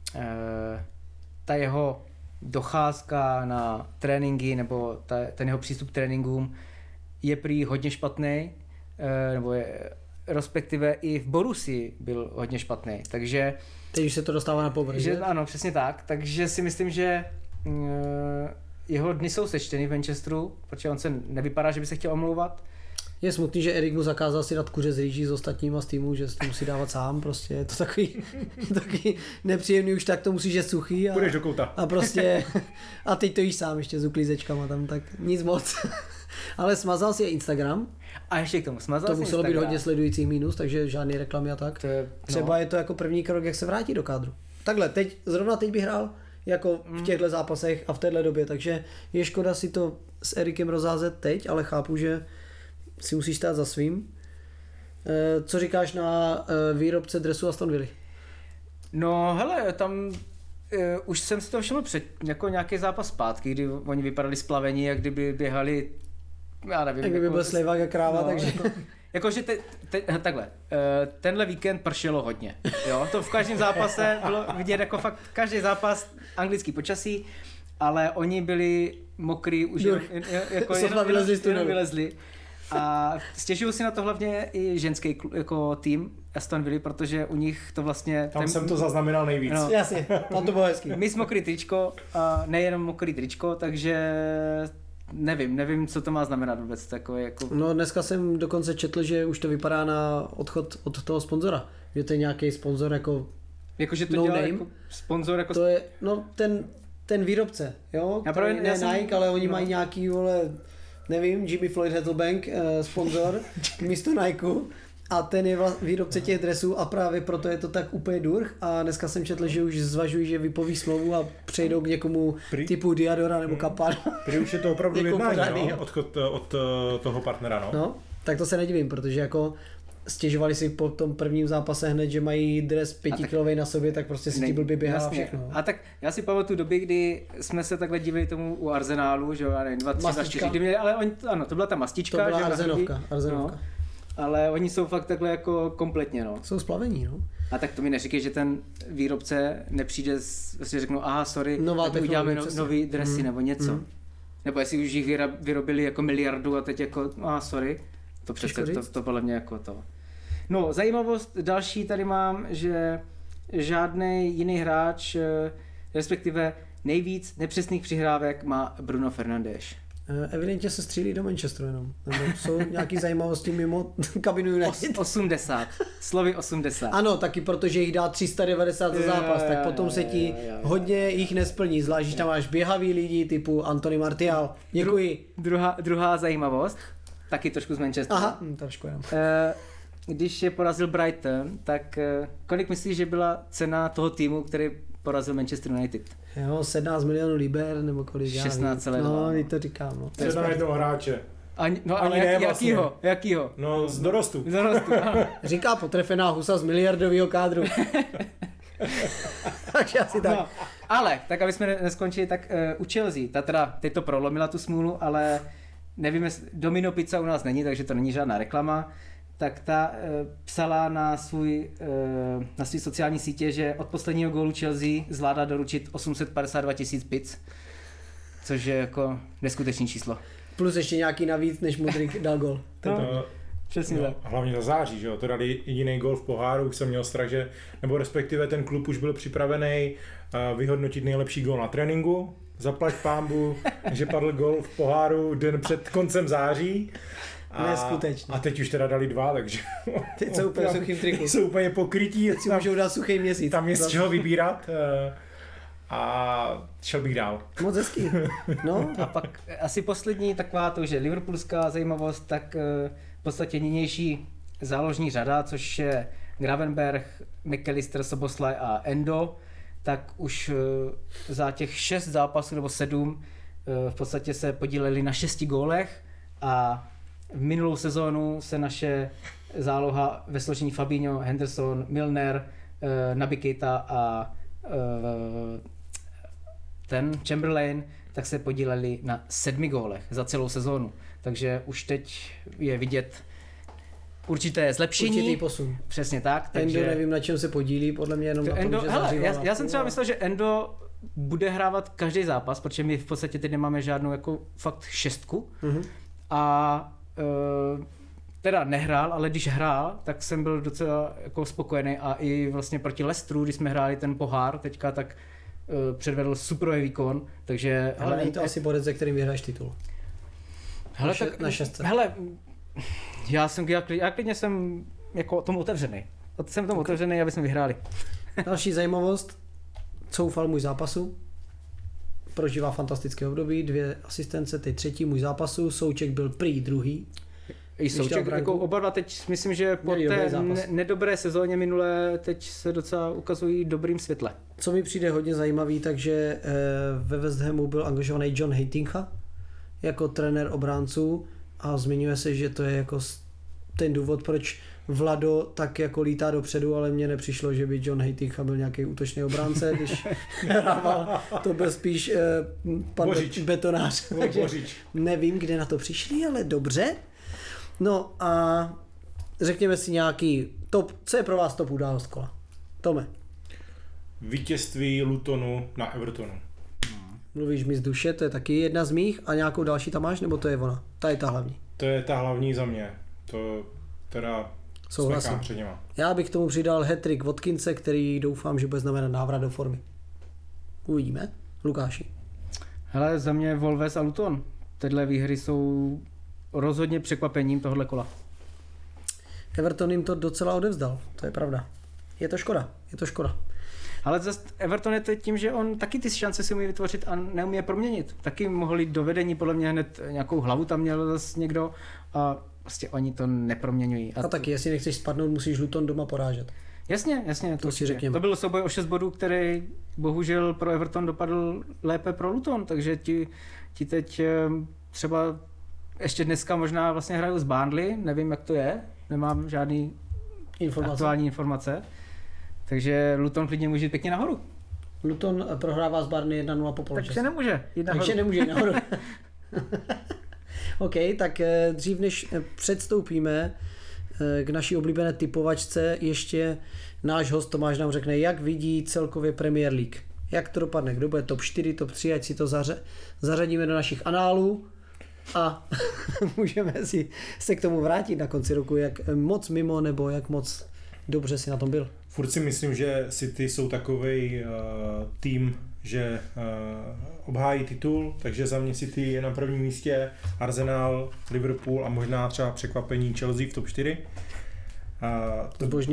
ta jeho docházka na tréninky nebo ten jeho přístup k tréninkům je prý hodně špatný, nebo je, respektive i v Borussii byl hodně špatný, takže... Teď se to dostává na povrch. Ano, přesně tak, takže si myslím, že jeho dny jsou sečteny v Manchesteru, protože on se nevypadá, že by se chtěl omlouvat. Je smutný, že Erik mu zakázal si dát kuře z rýží s ostatníma z týmu, že to musí dávat sám, prostě je to takový nepříjemný, už tak to musíš jet suchý. Půjdeš do kouta. A prostě, a teď to jíš sám ještě s uklízečkama tam, tak nic moc. Ale smazal si Instagram. A ještě k tomu smazal to muselo být hodně sledujících minus, takže žádný reklamy a tak. Třeba je to jako první krok, jak se vrátí do kádru. Takhle, zrovna teď bych hrál jako v těchto zápasech a v téhle době, takže je škoda si to s Erikem rozházet teď, ale chápu, že si musíš stát za svým. Co říkáš na výrobce dresu Aston Villa? No hele, tam už jsem si to všiml před jako nějaký zápas zpátky, kdy oni vypadali splavení, jak kdyby běhali, já nevím. Jak kdyby byl slejvák a kráva, takže... Jakože takhle, tenhle víkend pršelo hodně, jo, to v každém zápase bylo vidět jako fakt každý zápas anglický počasí, ale oni byli mokrý už jako jenom vylezli. A stěžují si na to hlavně i ženský jako tým Aston Villa, protože u nich to vlastně... Tam jsem to zaznamenal nejvíc. No. Jasně, tam to bylo hezký. My jsme mokrý tričko a nejenom mokrý tričko, takže nevím, co to má znamenat vůbec takové jako... No dneska jsem dokonce četl, že už to vypadá na odchod od toho sponzora. Že to je nějaký sponzor jako jakože to no dělá name. jako sponzor jako... To je, no ten výrobce, jo? Já právě, ne Nike, ale oni mají nějaký, vole, nevím, Jimmy Floyd Hasselbank, sponzor místo Nikeu. A ten je výrobce těch dresů a právě proto je to tak úplně durch a dneska jsem četl, že už zvažují, že vypoví smlouvu a přejdou k někomu typu Diadora nebo Kappa. Prý už je to opravdu Jako jednání, pořádný, no? jo. od toho partnera, no. No, tak to se nedivím, protože jako stěžovali si po tom prvním zápase hned, že mají dres 5kilovej na sobě, tak prostě si ti blbě běhá a všechno. A tak já si pamatuju doby, kdy jsme se takhle divili tomu u Arsenálu, že jo, já nevím, 2, 3, 4, kdy měli, ale oni, ano, to byla ta mastička. To byla že Arzenovka. No, ale oni jsou fakt takhle jako kompletně, no. Jsou splavení, no. A tak to mi neříkej, že ten výrobce nepřijde, vlastně řeknu, aha, sorry, tak uděláme nový dresy nebo něco. Nebo jestli už jich vyrobili jako miliardu a teď jako, aha, sorry, to přece, to podle mě jako to. No, zajímavost další tady mám, že žádný jiný hráč, respektive nejvíc nepřesných přihrávek má Bruno Fernandes. Evidentně se střílí do Manchesteru jenom. Nebo jsou nějaký zajímavosti mimo kabinu United. 80. Slovy 80. Ano, taky protože jich dá 390 za zápas, tak potom se ti hodně jich nesplní. Zvlášť, když tam máš běhavý lidi typu Anthony Martial. Děkuji. Druhá zajímavost, taky trošku z Manchesteru. Aha, trošku jenom. Když je porazil Brighton, tak kolik myslíš, že byla cena toho týmu, který porazil Manchester United? Jo, 17 milionů liber, nebo kolik? 16,2. No, to říkám. No. To je na jednoho hráče. Ale jakýho? No, z dorostu. Říká potrefená husa z miliardového kádru. Takže asi tak. No, ale, tak aby jsme neskončili, tak u Chelsea, ta teda teď to prolomila tu smůlu, ale nevíme, Domino Pizza u nás není, takže to není žádná reklama. Tak ta psala na svůj sociální sítě, že od posledního gólu Chelsea zvládá doručit 852 000 pizz, což je jako neskutečný číslo. Plus ještě nějaký navíc, než Modric dal gól. Přesně tak. Hlavně za září, že jo, to dali jediný gól v poháru, už jsem měl strach, že, nebo respektive ten klub už byl připravený vyhodnotit nejlepší gól na tréninku, zaplať pánbu, že padl gól v poháru den před koncem září. Neskutečně. A teď už teda dali 2, takže... Teď jsou úplně suchým triku. Jsou úplně pokrytí. Teď si můžou dát suchý měsíc. Tam je z čeho vybírat. A šel bych dál. Moc hezký. No. A pak asi poslední taková to, že liverpoolská zajímavost, tak v podstatě nynější záložní řada, což je Gravenberch, McAllister, Szoboszlai a Endo, tak už za těch 6 zápasů nebo 7 v podstatě se podíleli na 6 gólech a v minulou sezónu se naše záloha ve složení Fabinho, Henderson, Milner, Naby Keita a ten Chamberlain, tak se podíleli na 7 gólech za celou sezónu. Takže už teď je vidět určité zlepšení. Určitý posun. Přesně tak. Takže... Endo nevím, na čem se podílí, podle mě jenom Endo, na tom, že hele, já jsem třeba myslel, že Endo bude hrávat každý zápas, protože my v podstatě teď nemáme žádnou jako fakt 6. A teda nehrál, ale když hrál, tak jsem byl docela jako spokojený a i vlastně proti Leicesteru, když jsme hráli ten pohár teďka, tak předvedl superový výkon, takže... Ale není to asi bodec, ze kterým vyhraješ titul. Hele, na 6. Hele, já klidně jsem jako tomu otevřený. Jsem tomu otevřený, aby jsme vyhráli. Další zajímavost, coufal můj zápasu. Prožívá fantastické období, 2 asistence, teď 3. můj zápasu, Souček byl prý 2. I Souček, jako oba dva teď myslím, že po té nedobré sezóně minulé teď se docela ukazují dobrým světle. Co mi přijde hodně zajímavý, takže ve West Hamu byl angažovaný John Heitinga jako trenér obránců a zmiňuje se, že to je jako ten důvod, proč Vlado tak jako lítá dopředu, ale mně nepřišlo, že by John Heitinga byl nějaký útočný obránce, když hrával, to byl spíš pan betonář. Takže nevím, kde na to přišli, ale dobře. No a řekněme si nějaký top, co je pro vás top událost kola? Tome, Vítězství Lutonu na Evertonu. mluvíš mi z duše, to je taky jedna z mých a nějakou další tam máš, nebo to je ona? Ta je ta hlavní. To je ta hlavní za mě. To teda Souhlasím. smekám před něma. Já bych k tomu přidal hat-trick Watkinse, který doufám, že bude znamenat návrat do formy. Uvidíme. Lukáši. Hele, za mě Wolves a Luton. Tyhle výhry jsou rozhodně překvapením tohohle kola. Everton jim to docela odevzdal, to je pravda. Je to škoda. Ale zase Everton je to tím, že on taky ty šance si umí vytvořit a neumí je proměnit. Taky mohl jít do vedení, podle mě hned nějakou hlavu tam měl zase někdo a prostě oni to neproměňují. A taky, jestli nechceš spadnout, musíš Luton doma porážet. Jasně, To si řekněme. To byl souboj o 6 bodů, který bohužel pro Everton dopadl lépe pro Luton, takže ti teď třeba ještě dneska možná vlastně hrajou z Burnley, nevím jak to je, nemám žádný aktuální informace, takže Luton klidně může jít pěkně nahoru. Luton prohrává z Burnley 1-0 po poločase. Takže nemůže jít nahoru. Takže nemůže jít nahoru. OK, tak dřív než předstoupíme k naší oblíbené typovačce, ještě náš host Tomáš nám řekne, jak vidí celkově Premier League. Jak to dopadne, kdo bude top 4, top 3, ať si to zařadíme do našich análů a můžeme si se k tomu vrátit na konci roku, jak moc mimo nebo jak moc dobře si na tom byl. Furt si myslím, že City jsou takovej tým, že obhájí titul, takže za mě City je na prvním místě, Arsenal, Liverpool a možná třeba překvapení Chelsea v top 4. Zbožný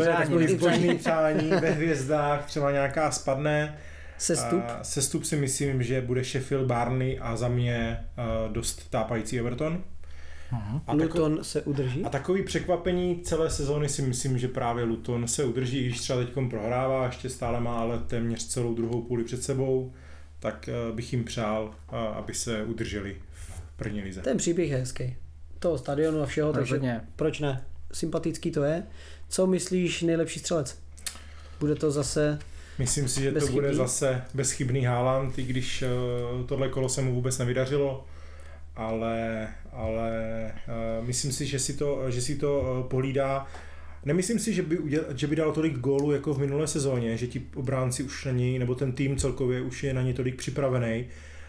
přání ve hvězdách, třeba nějaká spadne. Sestup. Sestup si myslím, že bude Sheffield, Burnley a za mě dost tápající Everton. A Luton se udrží? A takový překvapení celé sezóny si myslím, že právě Luton se udrží, když třeba teďkom prohrává, ještě stále má ale téměř celou druhou půli před sebou, tak bych jim přál, aby se udrželi v první lize. Ten příběh je hezký. Toho stadionu a všeho, takže proč ne? Sympatický to je. Co myslíš nejlepší střelec? Bude to zase Myslím si, že to bude zase bezchybný Haaland, i když tohle kolo se mu vůbec nevydařilo, ale myslím si, že si to pohlídá. Nemyslím si, že by dal tolik gólů jako v minulé sezóně, že ti obránci už na něj, nebo ten tým celkově už je na ně tolik připravený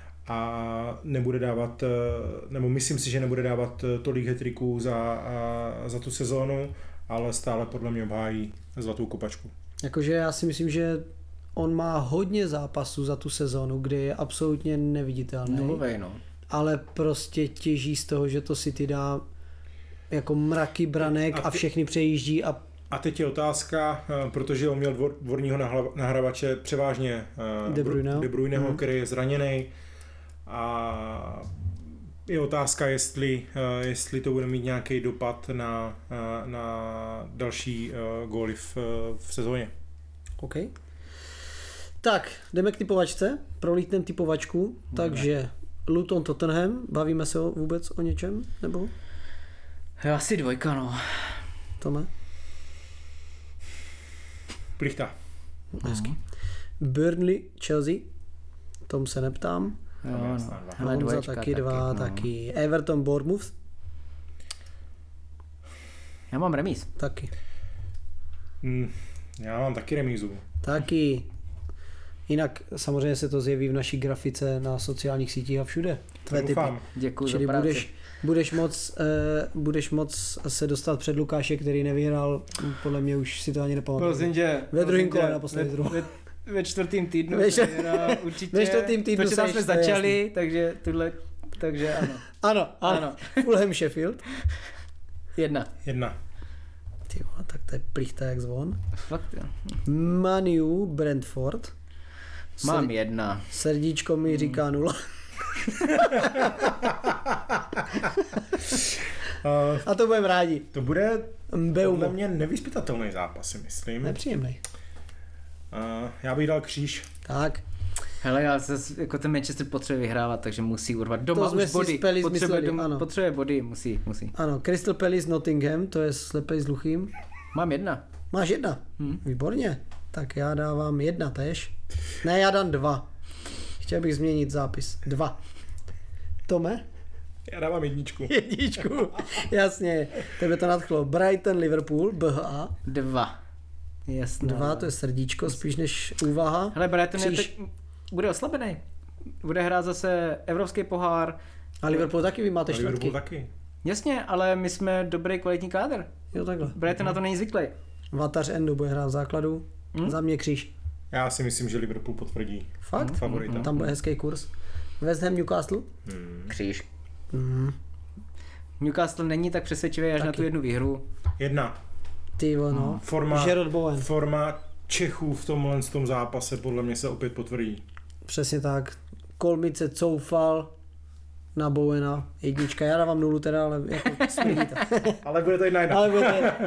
a nebude dávat, nebo myslím si, že nebude dávat tolik hat-tricků za tu sezónu, ale stále podle mě obhájí zlatou kopačku. Jakože já si myslím, že on má hodně zápasů za tu sezónu, kdy je absolutně neviditelný. Nulovej, no. Ale prostě těží z toho, že to City dá jako mraky branek a všechny přejíždí. A teď je otázka, protože on měl dvorního nahrávače převážně De Bruyneho, který je zraněný. A je otázka, jestli to bude mít nějaký dopad na další góly v sezóně. OK. Tak, jdeme k typovačce, prolítneme typovačku, takže Luton Tottenham, bavíme se vůbec o něčem, nebo? Asi 2, no. Tome? Plichta. Hezky. Burnley, Chelsea, tom se neptám. Honza taky 2, taky. Everton, Bournemouth. Já mám remíz. Taky. Já mám taky remízu. Taky. Jinak samozřejmě se to zjeví v naší grafice na sociálních sítích a všude. Tvé typy. Děkuji Čili za práci. budeš moc se dostat před Lukáše, který nevyhrál, podle mě už si to ani nepamatuju. Prosím tě. Ve druhém kole naposledy zhruba. Ve čtvrtým týdnu. Ve čtvrtým týdnu protože tam jsme začali, takže ano. Ano. Fulham Sheffield. 1. Ty vole, tak to je plichta jak zvon. Fakt jo. Man U Brentford. Mám 1. Srdíčko mi říká 0. A to budeme rádi. To bude podle mě nevyzpytatelný zápas, si myslím. Nepříjemný. Já bych dal kříž. Tak. Hele, já se, jako ten Manchester potřebuje vyhrávat, takže musí urvat doma už body. Potřebuje body, musí. Ano, Crystal Palace Nottingham, to je slepej s hluchým. Mám 1. Máš 1? Výborně. Tak já dávám 1 též. Ne, já dám 2. Chtěl bych změnit zápis. 2. Tome? Já dávám jedničku. Jedničku, jasně. Tebe to nadchlo. Brighton, Liverpool, BHA. 2. Jasně. 2, to je srdíčko, spíš než úvaha. Hele, Brighton je Kříž. teď, bude oslabený. Bude hrát zase Evropský pohár. A Liverpool taky, vy máte A Liverpool čtvrtky. taky. Jasně, ale my jsme dobrý kvalitní kádr. Jo, takhle. Brighton na to není zvyklý. Vatař Endo bude hrát v základu. Za mě kříž. Já si myslím, že Liverpool potvrdí Fakt? favorita. Tam bude hezký kurz. West Ham, Newcastle? Kříž. Mm. Newcastle není tak přesvědčivý až na tu jednu výhru. 1. Ty no. Forma, Gerard Bowen. forma Čechů v tomhle tom zápase podle mě se opět potvrdí. Přesně tak. Kolmice coufal na Bowena. Jednička. Já dávám 0 teda, ale jako smíří to. Ale bude to 1-1. Ale bude to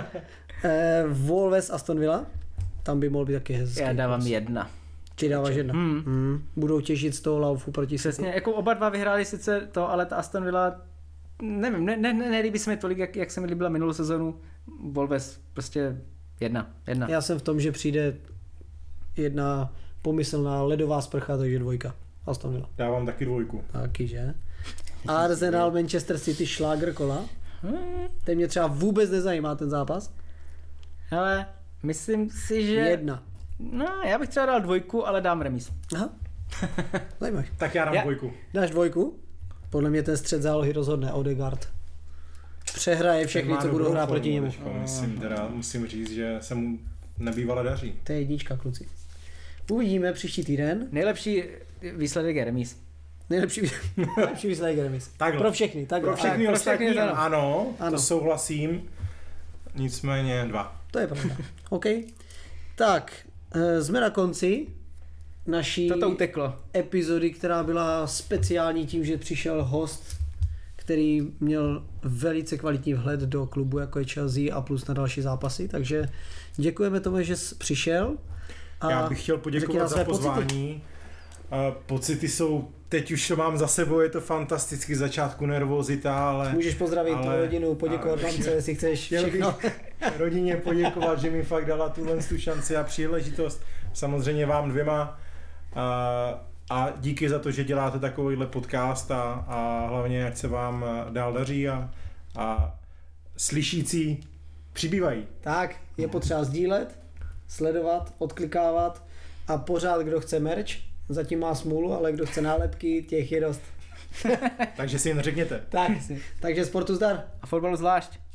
Wolves, Aston Villa. Tam by mohl být taky hezký. Já dávám kurz. 1. Ty dáváš 1. Budou těžit z toho laufu proti Přesně, City. jako oba dva vyhráli sice to, ale ta Aston Villa, nevím, nelíbí se mi tolik, jak se mi líbila minulou sezonu. Wolves prostě 1. Já jsem v tom, že přijde jedna pomyslná ledová sprcha, takže 2. Aston Villa. Dávám taky 2. Taky, že? Arsenal, Manchester City, šlágr kola. Ten mě třeba vůbec nezajímá ten zápas. Hele, myslím si, že... 1. No, já bych třeba dal 2, ale dám remíz. Aha. Zajímavý. Tak já dám 2. Dáš 2? Podle mě ten střed zálohy rozhodne Odegaard. Přehraje všechny, co budou hrát proti němu. Musím říct, že se mu nebývale daří. To je jednička, kluci. Uvidíme příští týden. Nejlepší výsledek je remíz. Nejlepší výsledek je remis. Takhle. Pro všechny. Takhle. Pro všechny pro ostatní všechny, ano, ano. to souhlasím. Nicméně 2. To je pravda. OK. Tak, jsme na konci naší Toto uteklo. epizody, která byla speciální tím, že přišel host, který měl velice kvalitní vhled do klubu, jako je Chelsea a plus na další zápasy, takže děkujeme tomu, že jsi přišel. A Já bych chtěl řekni poděkovat nám za své pocity. pozvání. Pocity jsou, teď už to mám za sebou, je to fantastický, začátku nervozita, ale Můžeš pozdravit ale- tu rodinu, poděkovat mamce, jestli chceš chtěl bych všechno. rodině poděkovat, že mi fakt dala tu šanci a příležitost. Samozřejmě vám 2. A díky za to, že děláte takovýhle podcast a hlavně, ať se vám dál daří a slyšící přibývají. Tak, je potřeba sdílet, sledovat, odklikávat a pořád, kdo chce merch, zatím má smůlu, ale kdo chce nálepky, těch je dost. Takže si jen řekněte. Tak, takže sportu zdar. A fotbalu zvlášť.